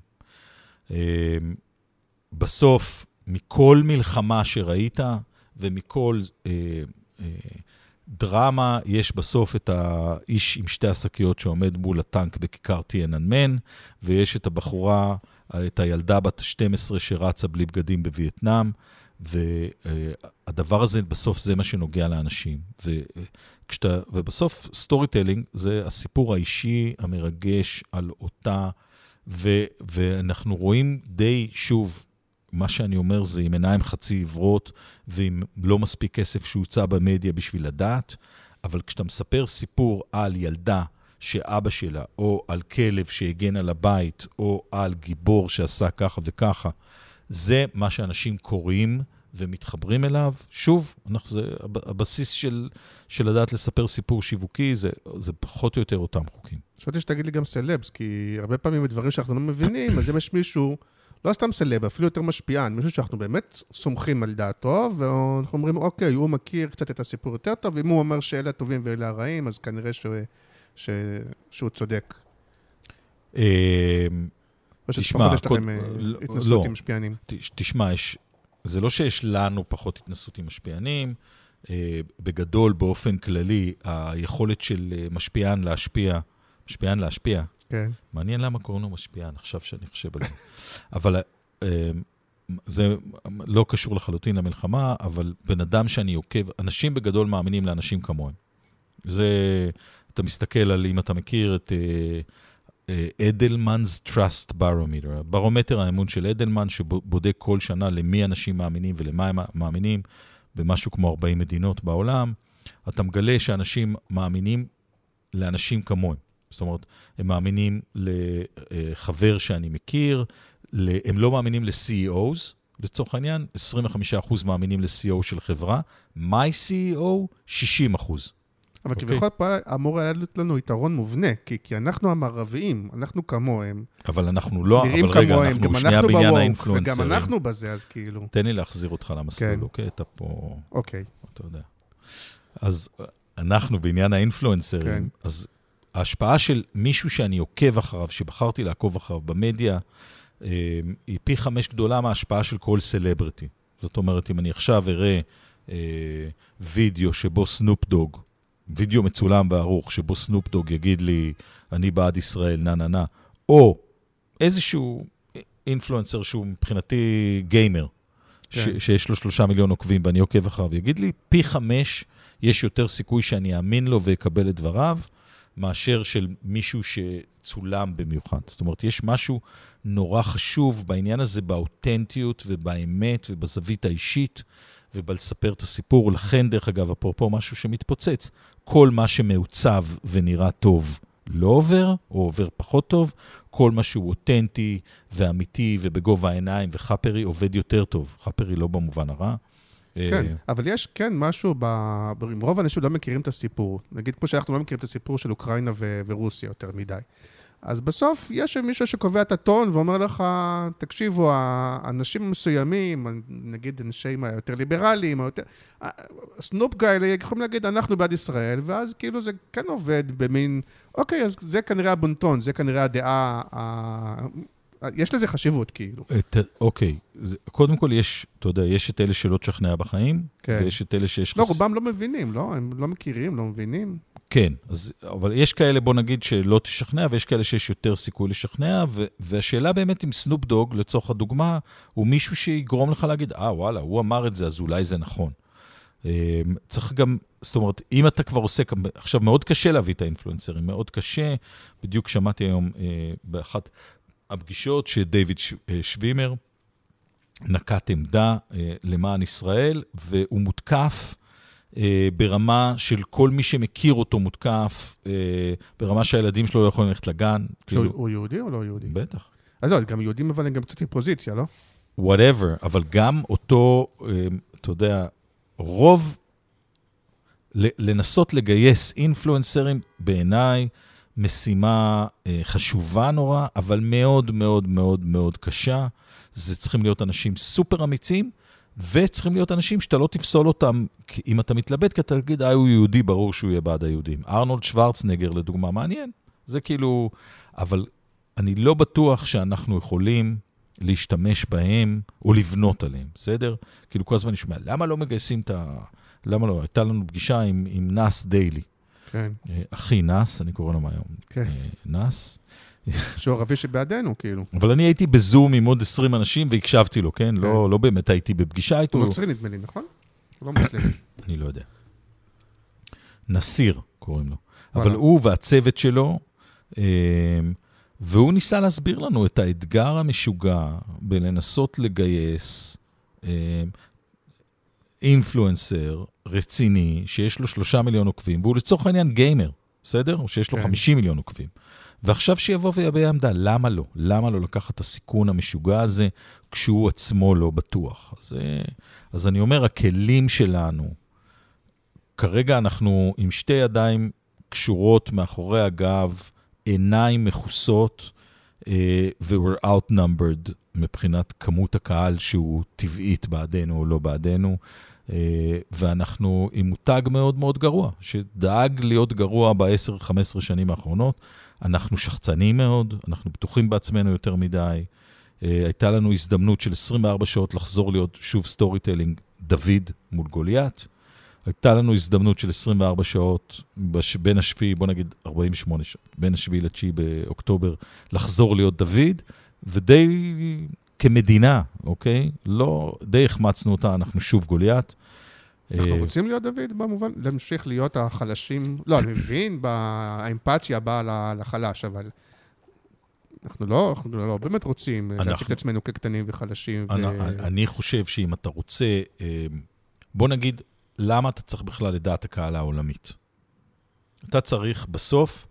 בסוף, מכל מלחמה שראית, ומכל אה, אה, דרמה, יש בסוף את האיש עם שתי השקיות שעומד מול הטנק בכיכר תיאננמן, ויש את הבחורה, את הילדה בת שתים עשרה שרצה בלי בגדים בווייטנאם, והדבר הזה בסוף זה מה שנוגע לאנשים. וכשאתה, ובסוף סטורי טלינג זה הסיפור האישי המרגש על אותה, ו, ואנחנו רואים די שוב, מה שאני אומר זה עם עיניים חצי עברות, ועם לא מספיק כסף שהוצא במדיה בשביל לדעת, אבל כשאתה מספר סיפור על ילדה שאבא שלה, או על כלב שהגן על הבית, או על גיבור שעשה ככה וככה, זה מה שאנשים קוראים ומתחברים אליו. שוב, אנחנו, זה, הבסיס של, של לדעת לספר סיפור שיווקי, זה, זה פחות או יותר אותם חוקים. חשבתי שתגיד לי גם סלבס, כי הרבה פעמים בדברים שאנחנו לא מבינים, אז אם יש מישהו... לא סתם סלב, אפילו יותר משפיען, מישהו שאנחנו באמת סומכים על דעתו, ואנחנו אומרים, אוקיי, הוא מכיר קצת את הסיפור יותר טוב, ואם הוא אומר שאלה הטובים ואלה הרעים, אז כנראה שהוא, ש... שהוא צודק. תשמע, יש לכם התנסות עם משפיענים. תשמע, זה לא שיש לנו פחות התנסות עם משפיענים, בגדול, באופן כללי, היכולת של משפיען להשפיע, משפיען להשפיע, כן. מעניין למה קוראים לו משפיען, עכשיו שאני חושב על זה. אבל זה לא קשור לחלוטין למלחמה, אבל בן אדם שאני עוקב, אנשים בגדול מאמינים לאנשים כמוהם. זה, אתה מסתכל על, אם אתה מכיר את אדלמנ's Trust Barometer, ברומטר האמון של אדלמן, שבודק כל שנה למי אנשים מאמינים ולמה הם מאמינים, במשהו כמו ארבעים מדינות בעולם, אתה מגלה שאנשים מאמינים לאנשים כמוהם. זאת אומרת, הם מאמינים לחבר שאני מכיר, הם לא מאמינים ל-סי אי או'ס, לצורך העניין, עשרים וחמישה אחוז מאמינים ל-סי אי או של חברה, My סי אי או, שישים אחוז. אבל כביכול פה אמור היה להיות לנו יתרון מובנה, כי אנחנו המערביים, אנחנו כמוהם. אבל אנחנו לא, אבל רגע, אנחנו שנייה בעניין האינפלואנסרים. וגם אנחנו בזה, אז כאילו. תן לי להחזיר אותך למסלול, אוקיי? אתה פה... אוקיי. אתה יודע. אז אנחנו בעניין האינפלואנסרים, אז ההשפעה של מישהו שאני עוקב אחריו, שבחרתי לעקוב אחריו במדיה, היא פי חמש גדולה מההשפעה של כל סלבריטי. זאת אומרת, אם אני עכשיו אראה וידאו שבו סנופ דוג, וידאו מצולם בערוך, שבו סנופ דוג יגיד לי, אני בעד ישראל, נה נה נה, או איזשהו אינפלואנסר שהוא מבחינתי גיימר, ש, שיש לו שלושה מיליון עוקבים, ואני עוקב אחריו, יגיד לי, פי חמש יש יותר סיכוי שאני אאמין לו ויקבל את דבריו, מאשר של מישהו שצולם במיוחד. זאת אומרת, יש משהו נורא חשוב בעניין הזה, באותנטיות ובאמת ובזווית האישית, ובלספר את הסיפור. לכן, דרך אגב, אפרופו משהו שמתפוצץ, כל מה שמעוצב ונראה טוב לא עובר, או עובר פחות טוב, כל מה שהוא אותנטי ואמיתי ובגובה העיניים וחפרי עובד יותר טוב. חפרי לא במובן הרע. כן, אבל יש כן משהו, עם רוב האנשים לא מכירים את הסיפור. נגיד כמו שאנחנו לא מכירים את הסיפור של אוקראינה ורוסיה יותר מדי. אז בסוף יש מישהו שקובע את הטון ואומר לך, תקשיבו, האנשים מסוימים, נגיד אנשים היותר ליברליים, היותר... סנופ גאלה יכולים להגיד, אנחנו בעד ישראל, ואז כאילו זה כן עובד במין, אוקיי, אז זה כנראה הבונטון, זה כנראה הדעה, יש לזה חשיבות כאילו. אוקיי, קודם כל יש, אתה יודע, יש את אלה שלא תשכנע בחיים, ויש את אלה שיש... לא, רובם לא מבינים, לא? הם לא מכירים, לא מבינים. כן, אז, אבל יש כאלה, בוא נגיד, שלא תשכנע, ויש כאלה שיש יותר סיכוי לשכנע, ו- והשאלה באמת עם סנופ דוג, לצורך הדוגמה, הוא מישהו שיגרום לך להגיד, אה, וואלה, הוא אמר את זה, אז אולי זה נכון. צריך גם, זאת אומרת, אם אתה כבר עושה, עכשיו מאוד קשה להביא את האינפלואנסרים, מאוד קשה, בדיוק שמעתי היום באחת הפגישות שדייוויד שווימר נקט עמדה למען ישראל, והוא מותקף, ברמה של כל מי שמכיר אותו מותקף, ברמה שהילדים שלו לא יכולים ללכת לגן. הוא יהודי או לא יהודי? בטח. אז לא, גם יהודים אבל הם גם קצת עם פוזיציה, לא? whatever, אבל גם אותו, אתה יודע, רוב, לנסות לגייס אינפלואנסרים בעיניי, משימה חשובה נורא, אבל מאוד מאוד מאוד מאוד קשה. זה צריכים להיות אנשים סופר אמיצים, וצריכים להיות אנשים שאתה לא תפסול אותם, אם אתה מתלבט, כי אתה תגיד, אה, הוא יהודי, ברור שהוא יהיה בעד היהודים. ארנולד שוורצנגר, לדוגמה, מעניין. זה כאילו, אבל אני לא בטוח שאנחנו יכולים להשתמש בהם, או לבנות עליהם, בסדר? כאילו, כל הזמן נשמע, למה לא מגייסים את ה... למה לא? הייתה לנו פגישה עם, עם נאס דיילי. כן. אחי נאס, אני קורא לו מהיום. כן. נאס. שהוא ערבי שבעדנו, כאילו. אבל אני הייתי בזום עם עוד עשרים אנשים והקשבתי לו, כן? לא, לא באמת הייתי בפגישה איתו. הוא נוצרי נדמה לי, נכון? הוא לא מוסלמי. אני לא יודע. נסיר, קוראים לו. אבל הוא והצוות שלו, והוא ניסה להסביר לנו את האתגר המשוגע בלנסות לגייס אינפלואנסר רציני, שיש לו שלושה מיליון עוקבים, והוא לצורך העניין גיימר, בסדר? או שיש לו חמישים מיליון עוקבים. ועכשיו שיבוא ויביע עמדה, למה לא? למה לא לקחת את הסיכון המשוגע הזה, כשהוא עצמו לא בטוח? אז, אז אני אומר, הכלים שלנו, כרגע אנחנו עם שתי ידיים קשורות מאחורי הגב, עיניים מחוסות, ו-we're outnumbered מבחינת כמות הקהל שהוא טבעית בעדנו או לא בעדנו, ואנחנו עם מותג מאוד מאוד גרוע, שדאג להיות גרוע ב-עשר חמש עשרה שנים האחרונות, אנחנו שחצנים מאוד, אנחנו בטוחים בעצמנו יותר מדי, הייתה לנו הזדמנות של עשרים וארבע שעות לחזור להיות שוב סטורי טלינג דוד מול גוליית, הייתה לנו הזדמנות של עשרים וארבע שעות בין השביעי, בוא נגיד ארבעים ושמונה שעות, בין השביעי לתשיעי באוקטובר, לחזור להיות דוד, ודי כמדינה, אוקיי? לא, די החמצנו אותה, אנחנו שוב גוליית. אנחנו רוצים להיות דוד במובן, להמשיך להיות החלשים, לא, אני מבין, האמפתיה באה לחלש, אבל אנחנו לא, אנחנו לא באמת רוצים להציג את עצמנו כקטנים וחלשים. אני חושב שאם אתה רוצה, בוא נגיד, למה אתה צריך בכלל לדעת הקהל העולמית? אתה צריך בסוף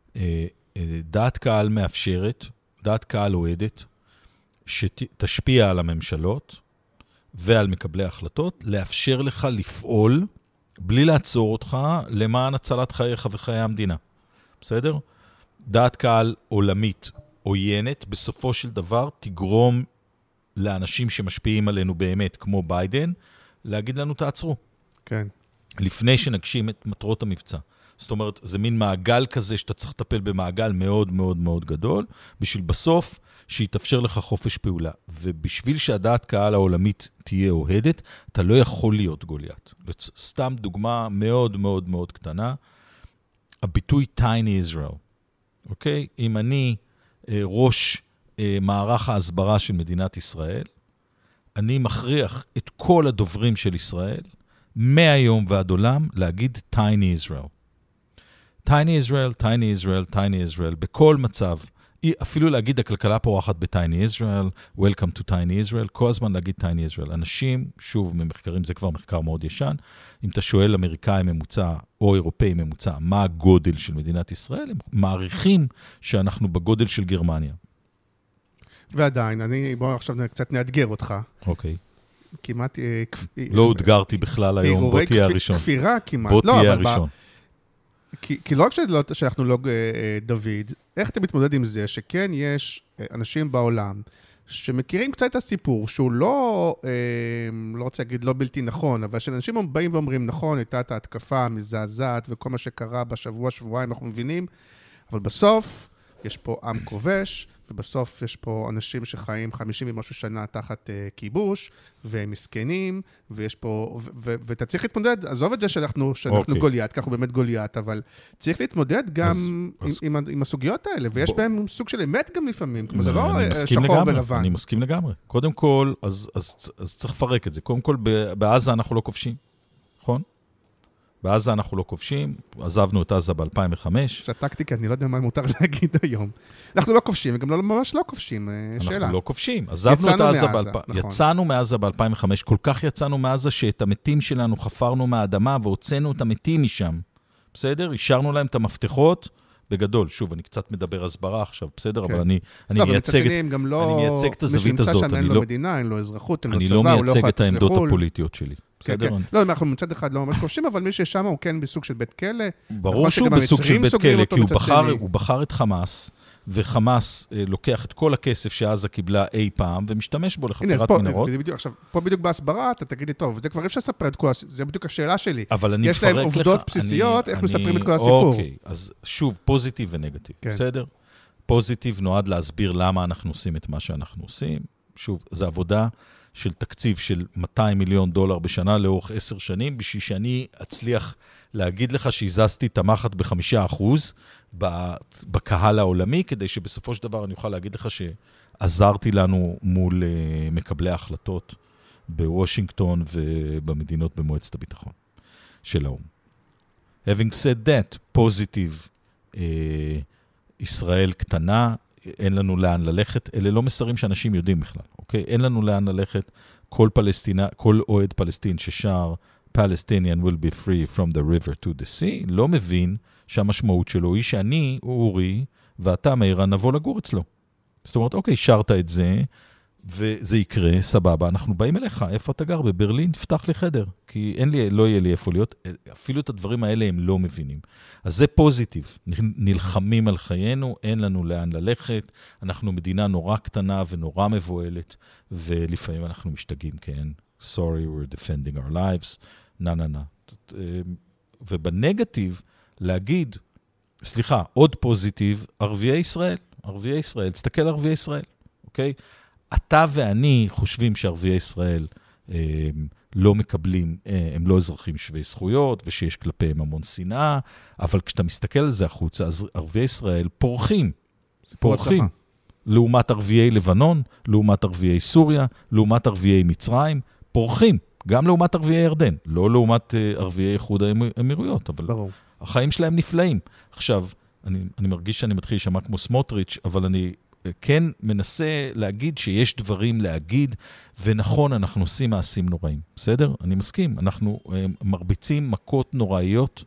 דעת קהל מאפשרת, דעת קהל אוהדת, שתשפיע על הממשלות ועל מקבלי ההחלטות, לאפשר לך לפעול בלי לעצור אותך למען הצלת חייך וחיי המדינה. בסדר? דעת קהל עולמית עוינת, בסופו של דבר תגרום לאנשים שמשפיעים עלינו באמת, כמו ביידן, להגיד לנו תעצרו. כן. לפני שנגשים את מטרות המבצע. זאת אומרת, זה מין מעגל כזה שאתה צריך לטפל במעגל מאוד מאוד מאוד גדול, בשביל בסוף שיתאפשר לך חופש פעולה. ובשביל שהדעת קהל העולמית תהיה אוהדת, אתה לא יכול להיות גוליית. סתם דוגמה מאוד מאוד מאוד קטנה, הביטוי Tiny Israel. אוקיי? אם אני ראש מערך ההסברה של מדינת ישראל, אני מכריח את כל הדוברים של ישראל, מהיום ועד עולם, להגיד Tiny Israel. Tiny Israel, Tiny Israel, Tiny Israel, בכל מצב. אפילו להגיד, הכלכלה פורחת ב-Tiny Israel, Welcome to Tiny Israel, כל הזמן להגיד Tiny Israel. אנשים, שוב, ממחקרים, זה כבר מחקר מאוד ישן, אם אתה שואל אמריקאי ממוצע או אירופאי ממוצע, מה הגודל של מדינת ישראל, הם מעריכים שאנחנו בגודל של גרמניה. ועדיין, אני, בוא עכשיו קצת נאתגר אותך. אוקיי. כמעט... לא הודגרתי בכלל היום, בוא תהיה הראשון. כפירה כמעט. בוא תהיה הראשון. כי, כי לא רק שאנחנו לא דוד, איך אתה מתמודד עם זה שכן יש אנשים בעולם שמכירים קצת את הסיפור, שהוא לא, לא רוצה להגיד לא בלתי נכון, אבל שאנשים באים ואומרים, נכון, הייתה את ההתקפה המזעזעת וכל מה שקרה בשבוע, שבועיים, אנחנו מבינים, אבל בסוף יש פה עם כובש, ובסוף יש פה אנשים שחיים חמישים ומשהו שנה תחת uh, כיבוש, והם מסכנים, ויש פה, ו- ו- ואתה צריך להתמודד, עזוב את זה שאנחנו, שאנחנו okay. גוליית, ככה הוא באמת גוליית, אבל צריך להתמודד גם אז, עם, אז... עם, עם הסוגיות האלה, ויש בוא... בהם סוג של אמת גם לפעמים, כמו זה לא שחור לגמרי, ולבן. אני מסכים לגמרי. קודם כל, אז, אז, אז צריך לפרק את זה. קודם כל, בעזה אנחנו לא כובשים, נכון? בעזה אנחנו לא כובשים, עזבנו את עזה ב-אלפיים וחמש. שתקתי, כי אני לא יודע מה מותר להגיד היום. אנחנו לא כובשים, וגם לא, ממש לא כובשים, שאלה. אנחנו לא כובשים, עזבנו את עזה ב-אלפיים וחמש. נכון. יצאנו מעזה ב-אלפיים וחמש, כל כך יצאנו מעזה שאת המתים שלנו חפרנו מהאדמה, והוצאנו את המתים משם. בסדר? השארנו להם את המפתחות, בגדול, שוב, אני קצת מדבר הסברה עכשיו, בסדר? אבל אני מייצג את הזווית הזאת. אין לו מדינה, אין לו אזרחות, אין לו צבא, הוא לא מייצג את העמדות הפוליטיות שלי. בסדר? לא, אנחנו מצד אחד לא ממש כובשים, אבל מי ששם הוא כן בסוג של בית כלא. ברור שהוא בסוג של בית כלא, כי הוא בחר את חמאס, וחמאס לוקח את כל הכסף שעזה קיבלה אי פעם, ומשתמש בו לחפירת מנהרות. עכשיו, פה בדיוק בהסברה, אתה תגיד לי, טוב, זה כבר אפשר לספר את כל, זה בדיוק השאלה שלי. אבל אני יש להם עובדות בסיסיות, איך מספרים את כל הסיפור. אוקיי, אז שוב, פוזיטיב ונגטיב, בסדר? פוזיטיב נועד להסביר למה אנחנו עושים את מה שאנחנו עושים. שוב, זו עבודה של תקציב של מאתיים מיליון דולר בשנה לאורך עשר שנים, בשביל שאני אצליח להגיד לך שהזזתי את המחט בחמישה אחוז בקהל העולמי, כדי שבסופו של דבר אני אוכל להגיד לך שעזרתי לנו מול uh, מקבלי ההחלטות בוושינגטון ובמדינות במועצת הביטחון של האום. Having said that, positive, uh, ישראל קטנה, אין לנו לאן ללכת, אלה לא מסרים שאנשים יודעים בכלל, אוקיי? אין לנו לאן ללכת, כל פלסטינה, כל אוהד פלסטין ששר, Palestinian will be free from the river to the sea, לא מבין שהמשמעות שלו היא שאני, אורי, ואתה, מאירה, נבוא לגור אצלו. זאת אומרת, אוקיי, שרת את זה, וזה יקרה, סבבה, אנחנו באים אליך, איפה אתה גר? בברלין, תפתח לי חדר, כי אין לי, לא יהיה לי איפה להיות, אפילו את הדברים האלה הם לא מבינים. אז זה פוזיטיב, נלחמים על חיינו, אין לנו לאן ללכת, אנחנו מדינה נורא קטנה ונורא מבועלת, ולפעמים אנחנו משתגעים, כן, sorry, we're defending our lives, נה, נה, נה. ובנגטיב, להגיד, סליחה, עוד פוזיטיב, ערביי ישראל, ערביי ישראל, תסתכל על ערביי ישראל, אוקיי? אתה ואני חושבים שערביי ישראל אה, לא מקבלים, אה, הם לא אזרחים שווי זכויות, ושיש כלפיהם המון שנאה, אבל כשאתה מסתכל על זה החוצה, אז ערביי ישראל פורחים, פורחים. לעומת ערביי לבנון, לעומת ערביי סוריה, לעומת ערביי מצרים, פורחים, גם לעומת ערביי ירדן, לא לעומת אה, ערביי איחוד האמירויות, אבל ברור. החיים שלהם נפלאים. עכשיו, אני, אני מרגיש שאני מתחיל לשמע כמו סמוטריץ', אבל אני כן מנסה להגיד שיש דברים להגיד, ונכון, אנחנו עושים מעשים נוראים. בסדר? אני מסכים. אנחנו מרביצים מכות נוראיות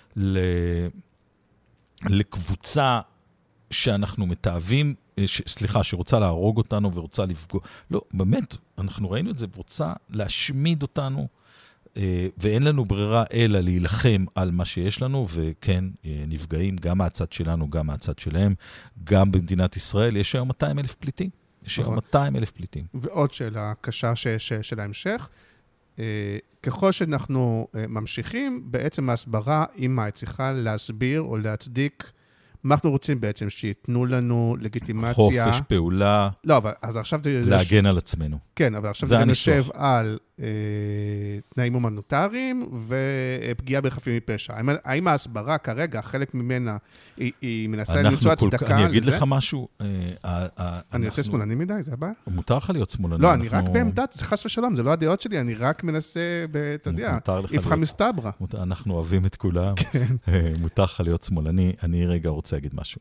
לקבוצה שאנחנו מתאהבים, סליחה, שרוצה להרוג אותנו ורוצה לפגוע. לא, באמת, אנחנו ראינו את זה, ורוצה להשמיד אותנו, ואין לנו ברירה אלא להילחם על מה שיש לנו, וכן, נפגעים גם מהצד שלנו, גם מהצד שלהם, גם במדינת ישראל, יש היום מאתיים אלף פליטים. יש היום מאתיים אלף פליטים. ועוד שאלה קשה ש- ש- של ההמשך, ככל שאנחנו ממשיכים, בעצם ההסברה, אם היא צריכה להסביר או להצדיק מה אנחנו רוצים בעצם? שיתנו לנו לגיטימציה... חופש פעולה. לא, אבל אז עכשיו... להגן על עצמנו. כן, אבל עכשיו זה גם יושב על אה, תנאים הומניטריים ופגיעה בחפים מפשע. האם, האם ההסברה כרגע, חלק ממנה, היא, היא מנסה למצוא הצדקה לזה? אני אגיד לך משהו. אה, אה, אני אנחנו... יוצא שמאלני מדי, זה הבעיה? מותר לך להיות שמאלני. לא, אני רק בעמדת, זה חס ושלום, זה לא הדעות שלי, אני רק מנסה, אתה יודע, איפכא מסתברא. אנחנו אוהבים את כולם. מותר לך להיות שמאלני. אני רגע רוצה להגיד משהו.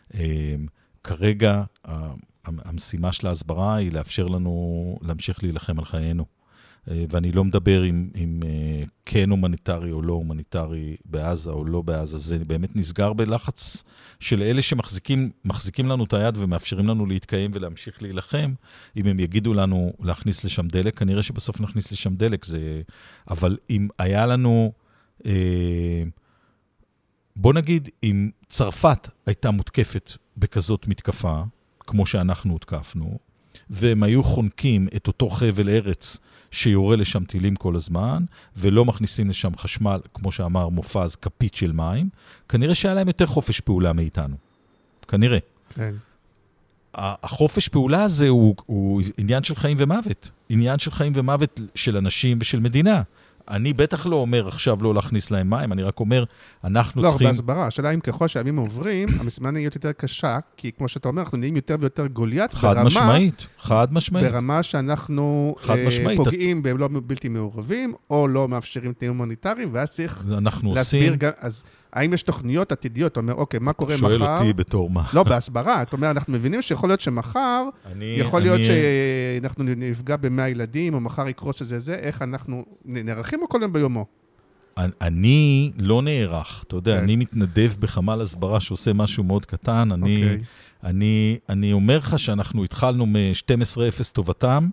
כרגע, המשימה של ההסברה היא לאפשר לנו להמשיך להילחם על חיינו. ואני לא מדבר אם, אם כן הומניטרי או לא הומניטרי בעזה או לא בעזה, זה באמת נסגר בלחץ של אלה שמחזיקים מחזיקים לנו את היד ומאפשרים לנו להתקיים ולהמשיך להילחם. אם הם יגידו לנו להכניס לשם דלק, כנראה שבסוף נכניס לשם דלק. זה... אבל אם היה לנו... אה, בוא נגיד, אם צרפת הייתה מותקפת בכזאת מתקפה, כמו שאנחנו הותקפנו, והם היו חונקים את אותו חבל ארץ שיורה לשם טילים כל הזמן, ולא מכניסים לשם חשמל, כמו שאמר מופז, כפית של מים, כנראה שהיה להם יותר חופש פעולה מאיתנו. כנראה. כן. החופש פעולה הזה הוא, הוא עניין של חיים ומוות. עניין של חיים ומוות של אנשים ושל מדינה. אני בטח לא אומר עכשיו לא להכניס להם מים, אני רק אומר, אנחנו לא, צריכים... לא, בהסברה, השאלה אם ככל שהימים עוברים, המשימה נהיית יותר קשה, כי כמו שאתה אומר, אנחנו נהיים יותר ויותר גוליית, חד ברמה... משמעית, חד משמעית. ברמה שאנחנו אה, משמעית. פוגעים בהם לא בלתי מעורבים, או לא מאפשרים תנאים הומניטריים, ואז צריך להסביר עושים... גם... אז האם יש תוכניות עתידיות? אתה אומר, אוקיי, מה קורה שואל מחר? שואל אותי בתור מה? לא, בהסברה. אתה אומר, אנחנו מבינים שיכול להיות שמחר, אני, יכול להיות אני... שאנחנו נפגע במאה ילדים, או מחר יקרוס שזה זה, איך אנחנו נערכים או כל יום ביומו? אני לא נערך, אתה יודע, אני מתנדב בחמ"ל הסברה שעושה משהו מאוד קטן, אני, אני, אני אומר לך שאנחנו התחלנו מ-שתים עשרה אפס טובתם,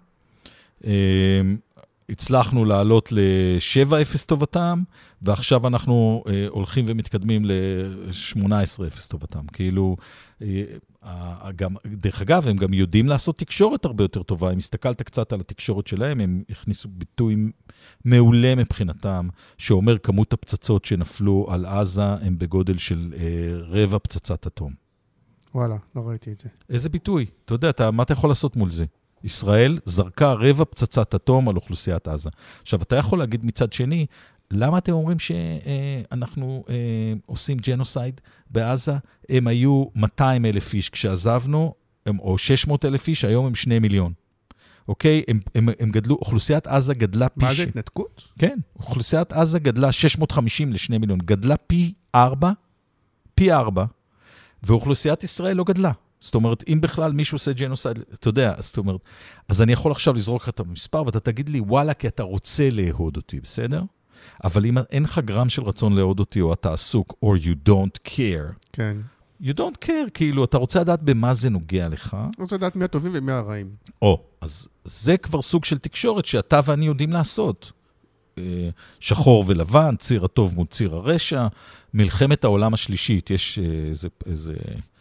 הצלחנו לעלות ל-שבע אפס טובתם, ועכשיו אנחנו אה, הולכים ומתקדמים ל-שמונה עשרה אפס טובתם. כאילו, אה, גם, דרך אגב, הם גם יודעים לעשות תקשורת הרבה יותר טובה. אם הסתכלת קצת על התקשורת שלהם, הם הכניסו ביטוי מעולה מבחינתם, שאומר כמות הפצצות שנפלו על עזה, הם בגודל של אה, רבע פצצת אטום. וואלה, לא ראיתי את זה. איזה ביטוי? אתה יודע, אתה, מה אתה יכול לעשות מול זה? ישראל זרקה רבע פצצת אטום על אוכלוסיית עזה. עכשיו, אתה יכול להגיד מצד שני, למה אתם אומרים שאנחנו עושים ג'נוסייד בעזה? הם היו מאתיים אלף איש כשעזבנו, או שש מאות אלף איש, היום הם שני מיליון. אוקיי? הם, הם, הם גדלו, אוכלוסיית עזה גדלה פי... מה זה, התנתקות? כן, אוכלוסיית עזה גדלה שש מאות וחמישים לשני מיליון, גדלה פי ארבע, פי ארבע, ואוכלוסיית ישראל לא גדלה. זאת אומרת, אם בכלל מישהו עושה ג'נוסייד, אתה יודע, זאת אומרת, אז אני יכול עכשיו לזרוק לך את המספר, ואתה תגיד לי, וואלה, כי אתה רוצה להוד אותי, בסדר? אבל אם אין לך גרם של רצון להוד אותי, או אתה עסוק, or you don't care, כן. you don't care, כאילו, אתה רוצה לדעת במה זה נוגע לך. אתה רוצה לדעת מי הטובים ומי הרעים. או, אז זה כבר סוג של תקשורת שאתה ואני יודעים לעשות. שחור ולבן, ציר הטוב מול ציר הרשע, מלחמת העולם השלישית, יש איזה, איזה,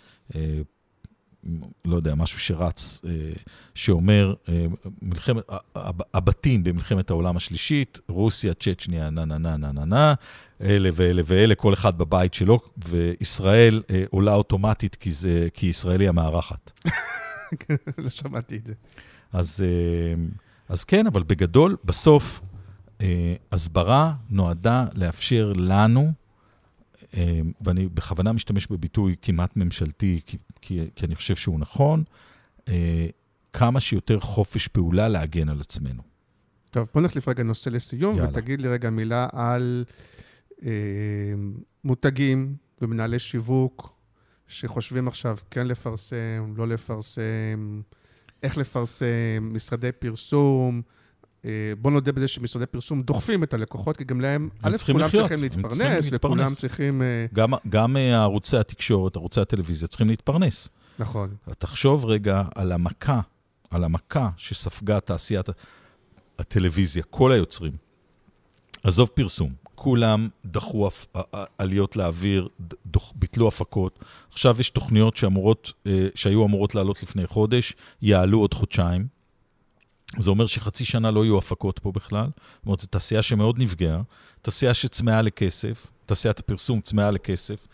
לא יודע, משהו שרץ, שאומר, מלחמת, הבתים במלחמת העולם השלישית, רוסיה, צ'צ'ניה, נה נה נה נה נה נה, אלה ואלה ואלה, כל אחד בבית שלו, וישראל עולה אוטומטית, כי זה, כי ישראל היא המארחת. לא שמעתי את זה. אז, אז כן, אבל בגדול, בסוף, הסברה נועדה לאפשר לנו, ואני בכוונה משתמש בביטוי כמעט ממשלתי, כי, כי, כי אני חושב שהוא נכון, כמה שיותר חופש פעולה להגן על עצמנו. טוב, בוא נחליף רגע נושא לסיום, יאללה. ותגיד לי רגע מילה על אה, מותגים ומנהלי שיווק, שחושבים עכשיו כן לפרסם, לא לפרסם, איך לפרסם, משרדי פרסום, בוא נודה בזה שמשרדי פרסום דוחפים את הלקוחות, כי גם להם, א', כולם צריכים להתפרנס, וכולם צריכים... גם, גם ערוצי התקשורת, ערוצי הטלוויזיה, צריכים להתפרנס. נכון. תחשוב רגע על המכה, על המכה שספגה תעשיית הטלוויזיה, כל היוצרים. עזוב פרסום, כולם דחו עליות לאוויר, דוח, ביטלו הפקות. עכשיו יש תוכניות שאמורות, שהיו אמורות לעלות לפני חודש, יעלו עוד חודשיים. זה אומר שחצי שנה לא יהיו הפקות פה בכלל. זאת אומרת, זו תעשייה שמאוד נפגעה, תעשייה שצמאה לכסף, תעשיית הפרסום צמאה לכסף,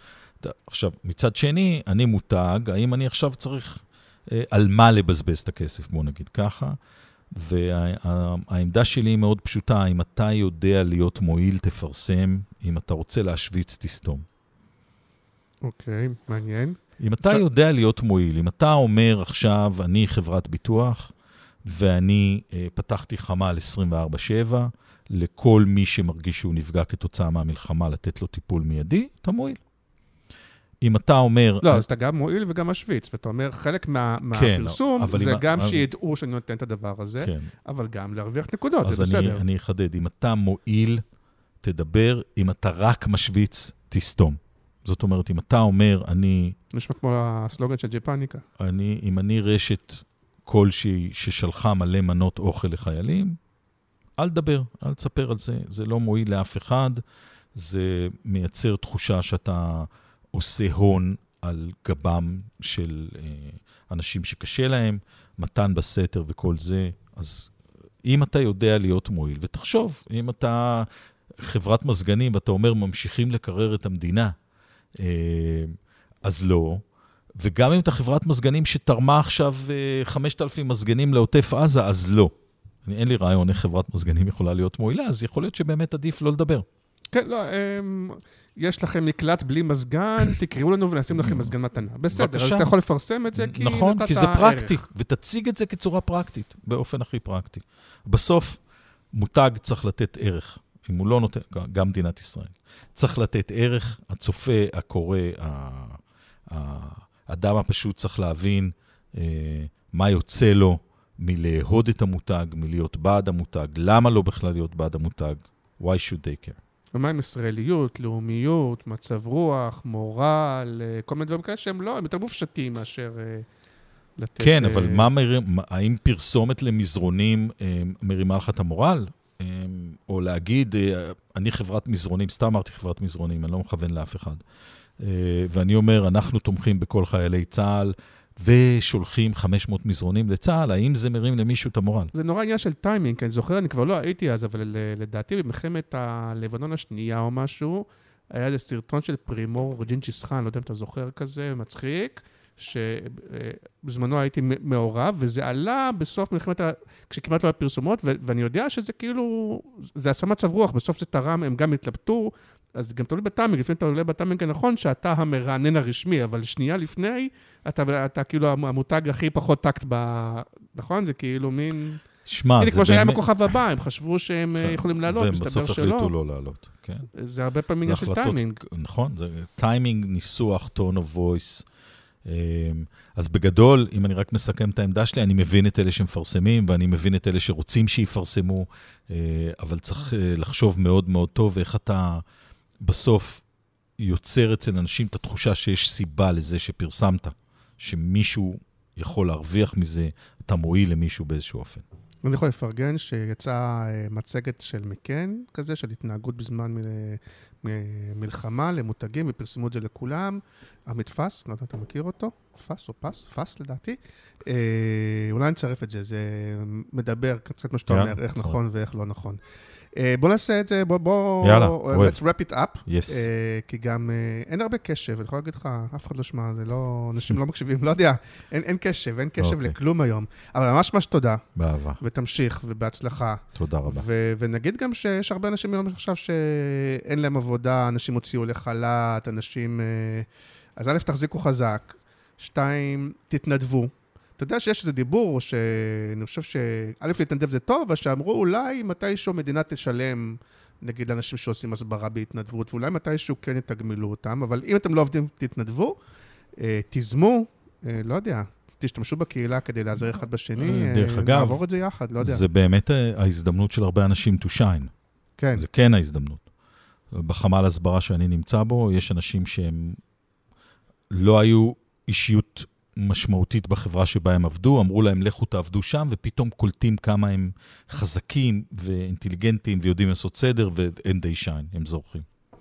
עכשיו, מצד שני, אני מותג, האם אני עכשיו צריך אה, על מה לבזבז את הכסף, בוא נגיד ככה, והעמדה שלי היא מאוד פשוטה, אם אתה יודע להיות מועיל, תפרסם, אם אתה רוצה להשוויץ, תסתום. אוקיי, מעניין. אם אתה יודע להיות מועיל, אם אתה אומר עכשיו, אני חברת ביטוח, ואני אה, פתחתי חמ"ל עשרים וארבע שבע, לכל מי שמרגיש שהוא נפגע כתוצאה מהמלחמה, לתת לו טיפול מיידי, אתה מועיל. אם אתה אומר... לא, אז אתה גם מועיל וגם משוויץ, ואתה אומר, חלק מהפרסום זה גם שידעו שאני נותן את הדבר הזה, אבל גם להרוויח נקודות, זה בסדר. אז אני אחדד, אם אתה מועיל, תדבר, אם אתה רק משוויץ, תסתום. זאת אומרת, אם אתה אומר, אני... נשמע כמו הסלוגן של ג'פניקה. אני, אם אני רשת כלשהי ששלחה מלא מנות אוכל לחיילים, אל תדבר, אל תספר על זה, זה לא מועיל לאף אחד, זה מייצר תחושה שאתה עושה הון על גבם של אה, אנשים שקשה להם, מתן בסתר וכל זה, אז אם אתה יודע להיות מועיל, ותחשוב, אם אתה חברת מזגנים ואתה אומר ממשיכים לקרר את המדינה, אז לא, וגם אם אתה חברת מזגנים שתרמה עכשיו חמשת אלפים מזגנים לעוטף עזה, אז לא. אין לי רעיון איך חברת מזגנים יכולה להיות מועילה, אז יכול להיות שבאמת עדיף לא לדבר. כן, לא, יש לכם מקלט בלי מזגן, תקראו לנו ונשים לכם מזגן מתנה. בסדר, אז אתה יכול לפרסם את זה כי נתת הערך. נכון, כי זה פרקטי, ותציג את זה כצורה פרקטית, באופן הכי פרקטי. בסוף, מותג צריך לתת ערך. אם הוא לא נותן, גם מדינת ישראל. צריך לתת ערך, הצופה, הקורא, האדם הפשוט צריך להבין אה, מה יוצא לו מלהוד את המותג, מלהיות בעד המותג, למה לא בכלל להיות בעד המותג, why should they care? ומה עם ישראליות, לאומיות, מצב רוח, מורל, כל מיני דברים כאלה שהם לא, הם יותר מופשטים מאשר אה, לתת... כן, אבל אה... מה מרים, האם פרסומת למזרונים אה, מרימה לך את המורל? או להגיד, אני חברת מזרונים, סתם אמרתי חברת מזרונים, אני לא מכוון לאף אחד. ואני אומר, אנחנו תומכים בכל חיילי צה"ל, ושולחים חמש מאות מזרונים לצה"ל, האם זה מרים למישהו את המורל? זה נורא עניין של טיימינג, אני זוכר, אני כבר לא הייתי אז, אבל לדעתי במלחמת הלבנון השנייה או משהו, היה איזה סרטון של פרימור ג'ינג'יס חאן, לא יודע אם אתה זוכר כזה, מצחיק, שבזמנו הייתי מעורב, וזה עלה בסוף מלחמת, כשכמעט לא היה פרסומות, ואני יודע שזה כאילו, זה עשה מצב רוח, בסוף זה תרם, הם גם התלבטו, אז גם תולי בטאמינג, לפני אתה עולה בטאמינג הנכון, שאתה המרענן הרשמי, אבל שנייה לפני, אתה, אתה כאילו המותג הכי פחות טקט ב... נכון? זה כאילו מין... שמה, הנה, כמו שהיה עם הכוכב הבא, הם חשבו שהם יכולים לעלות, מסתבר שלא. והם בסוף החליטו לא לעלות, כן. זה הרבה פעמים של טיימינג. נכון, זה טיימינג, ניסוח, tone of voice. אז בגדול, אם אני רק מסכם את העמדה שלי, אני מבין את אלה שמפרסמים, ואני מבין את אלה שרוצים שיפרסמו, אבל צריך לחשוב מאוד מאוד טוב, איך אתה בסוף יוצר אצל אנשים את התחושה שיש סיבה לזה שפרסמת, שמישהו יכול להרוויח מזה, אתה מועיל למישהו באיזשהו אופן. אני יכול לפרגן שיצאה מצגת של מקן, כזה, של התנהגות בזמן מלחמה למותגים, ופרסמו את זה לכולם. עמית פס, לא יודע, אתה מכיר אותו? פס או פס? פס לדעתי. אולי נצרף את זה, זה מדבר קצת מה שאתה אומר, איך נכון ואיך לא נכון. בוא נעשה את זה, בוא, בוא, יאללה, let's wrap it up, yes. כי גם אין הרבה קשב, אני יכול להגיד לך, אף אחד לא שמע, זה לא, אנשים לא מקשיבים, לא יודע, אין, אין קשב, אין קשב okay. לכלום היום, אבל ממש ממש תודה, באהבה, ותמשיך, ובהצלחה, תודה רבה, ו- ונגיד גם שיש הרבה אנשים היום עכשיו שאין להם עבודה, אנשים הוציאו לחל"ת, אנשים, אז א', תחזיקו חזק, שתיים, תתנדבו, אתה יודע שיש איזה דיבור, שאני חושב שא' להתנדב זה טוב, אבל שאמרו אולי מתישהו מדינה תשלם, נגיד אנשים שעושים הסברה בהתנדבות, ואולי מתישהו כן יתגמלו אותם, אבל אם אתם לא עובדים, תתנדבו, תזמו, לא יודע, תשתמשו בקהילה כדי לעזר אחד בשני, דרך אגב, נעבור את זה יחד, לא יודע. זה באמת ההזדמנות של הרבה אנשים to shine. כן. זה כן ההזדמנות. בחמ"ל הסברה שאני נמצא בו, יש אנשים שהם לא היו אישיות משמעותית בחברה שבה הם עבדו, אמרו להם, לכו תעבדו שם, ופתאום קולטים כמה הם חזקים ואינטליגנטים, ויודעים לעשות סדר, ואין די שיין, הם זורחים.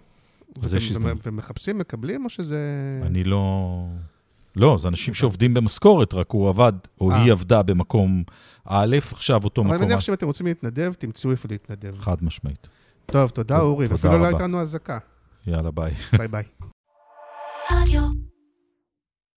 ומחפשים, מקבלים, או שזה... אני לא... לא, זה אנשים שעובדים במשכורת, רק הוא עבד, או היא עבדה במקום א', עכשיו אותו מקום... אבל אני מניח שאם אתם רוצים להתנדב, תמצאו איפה להתנדב. חד משמעית. טוב, תודה אורי, ואפילו לא הייתנו הזקה. יאללה, ביי. ביי ביי. רדיו.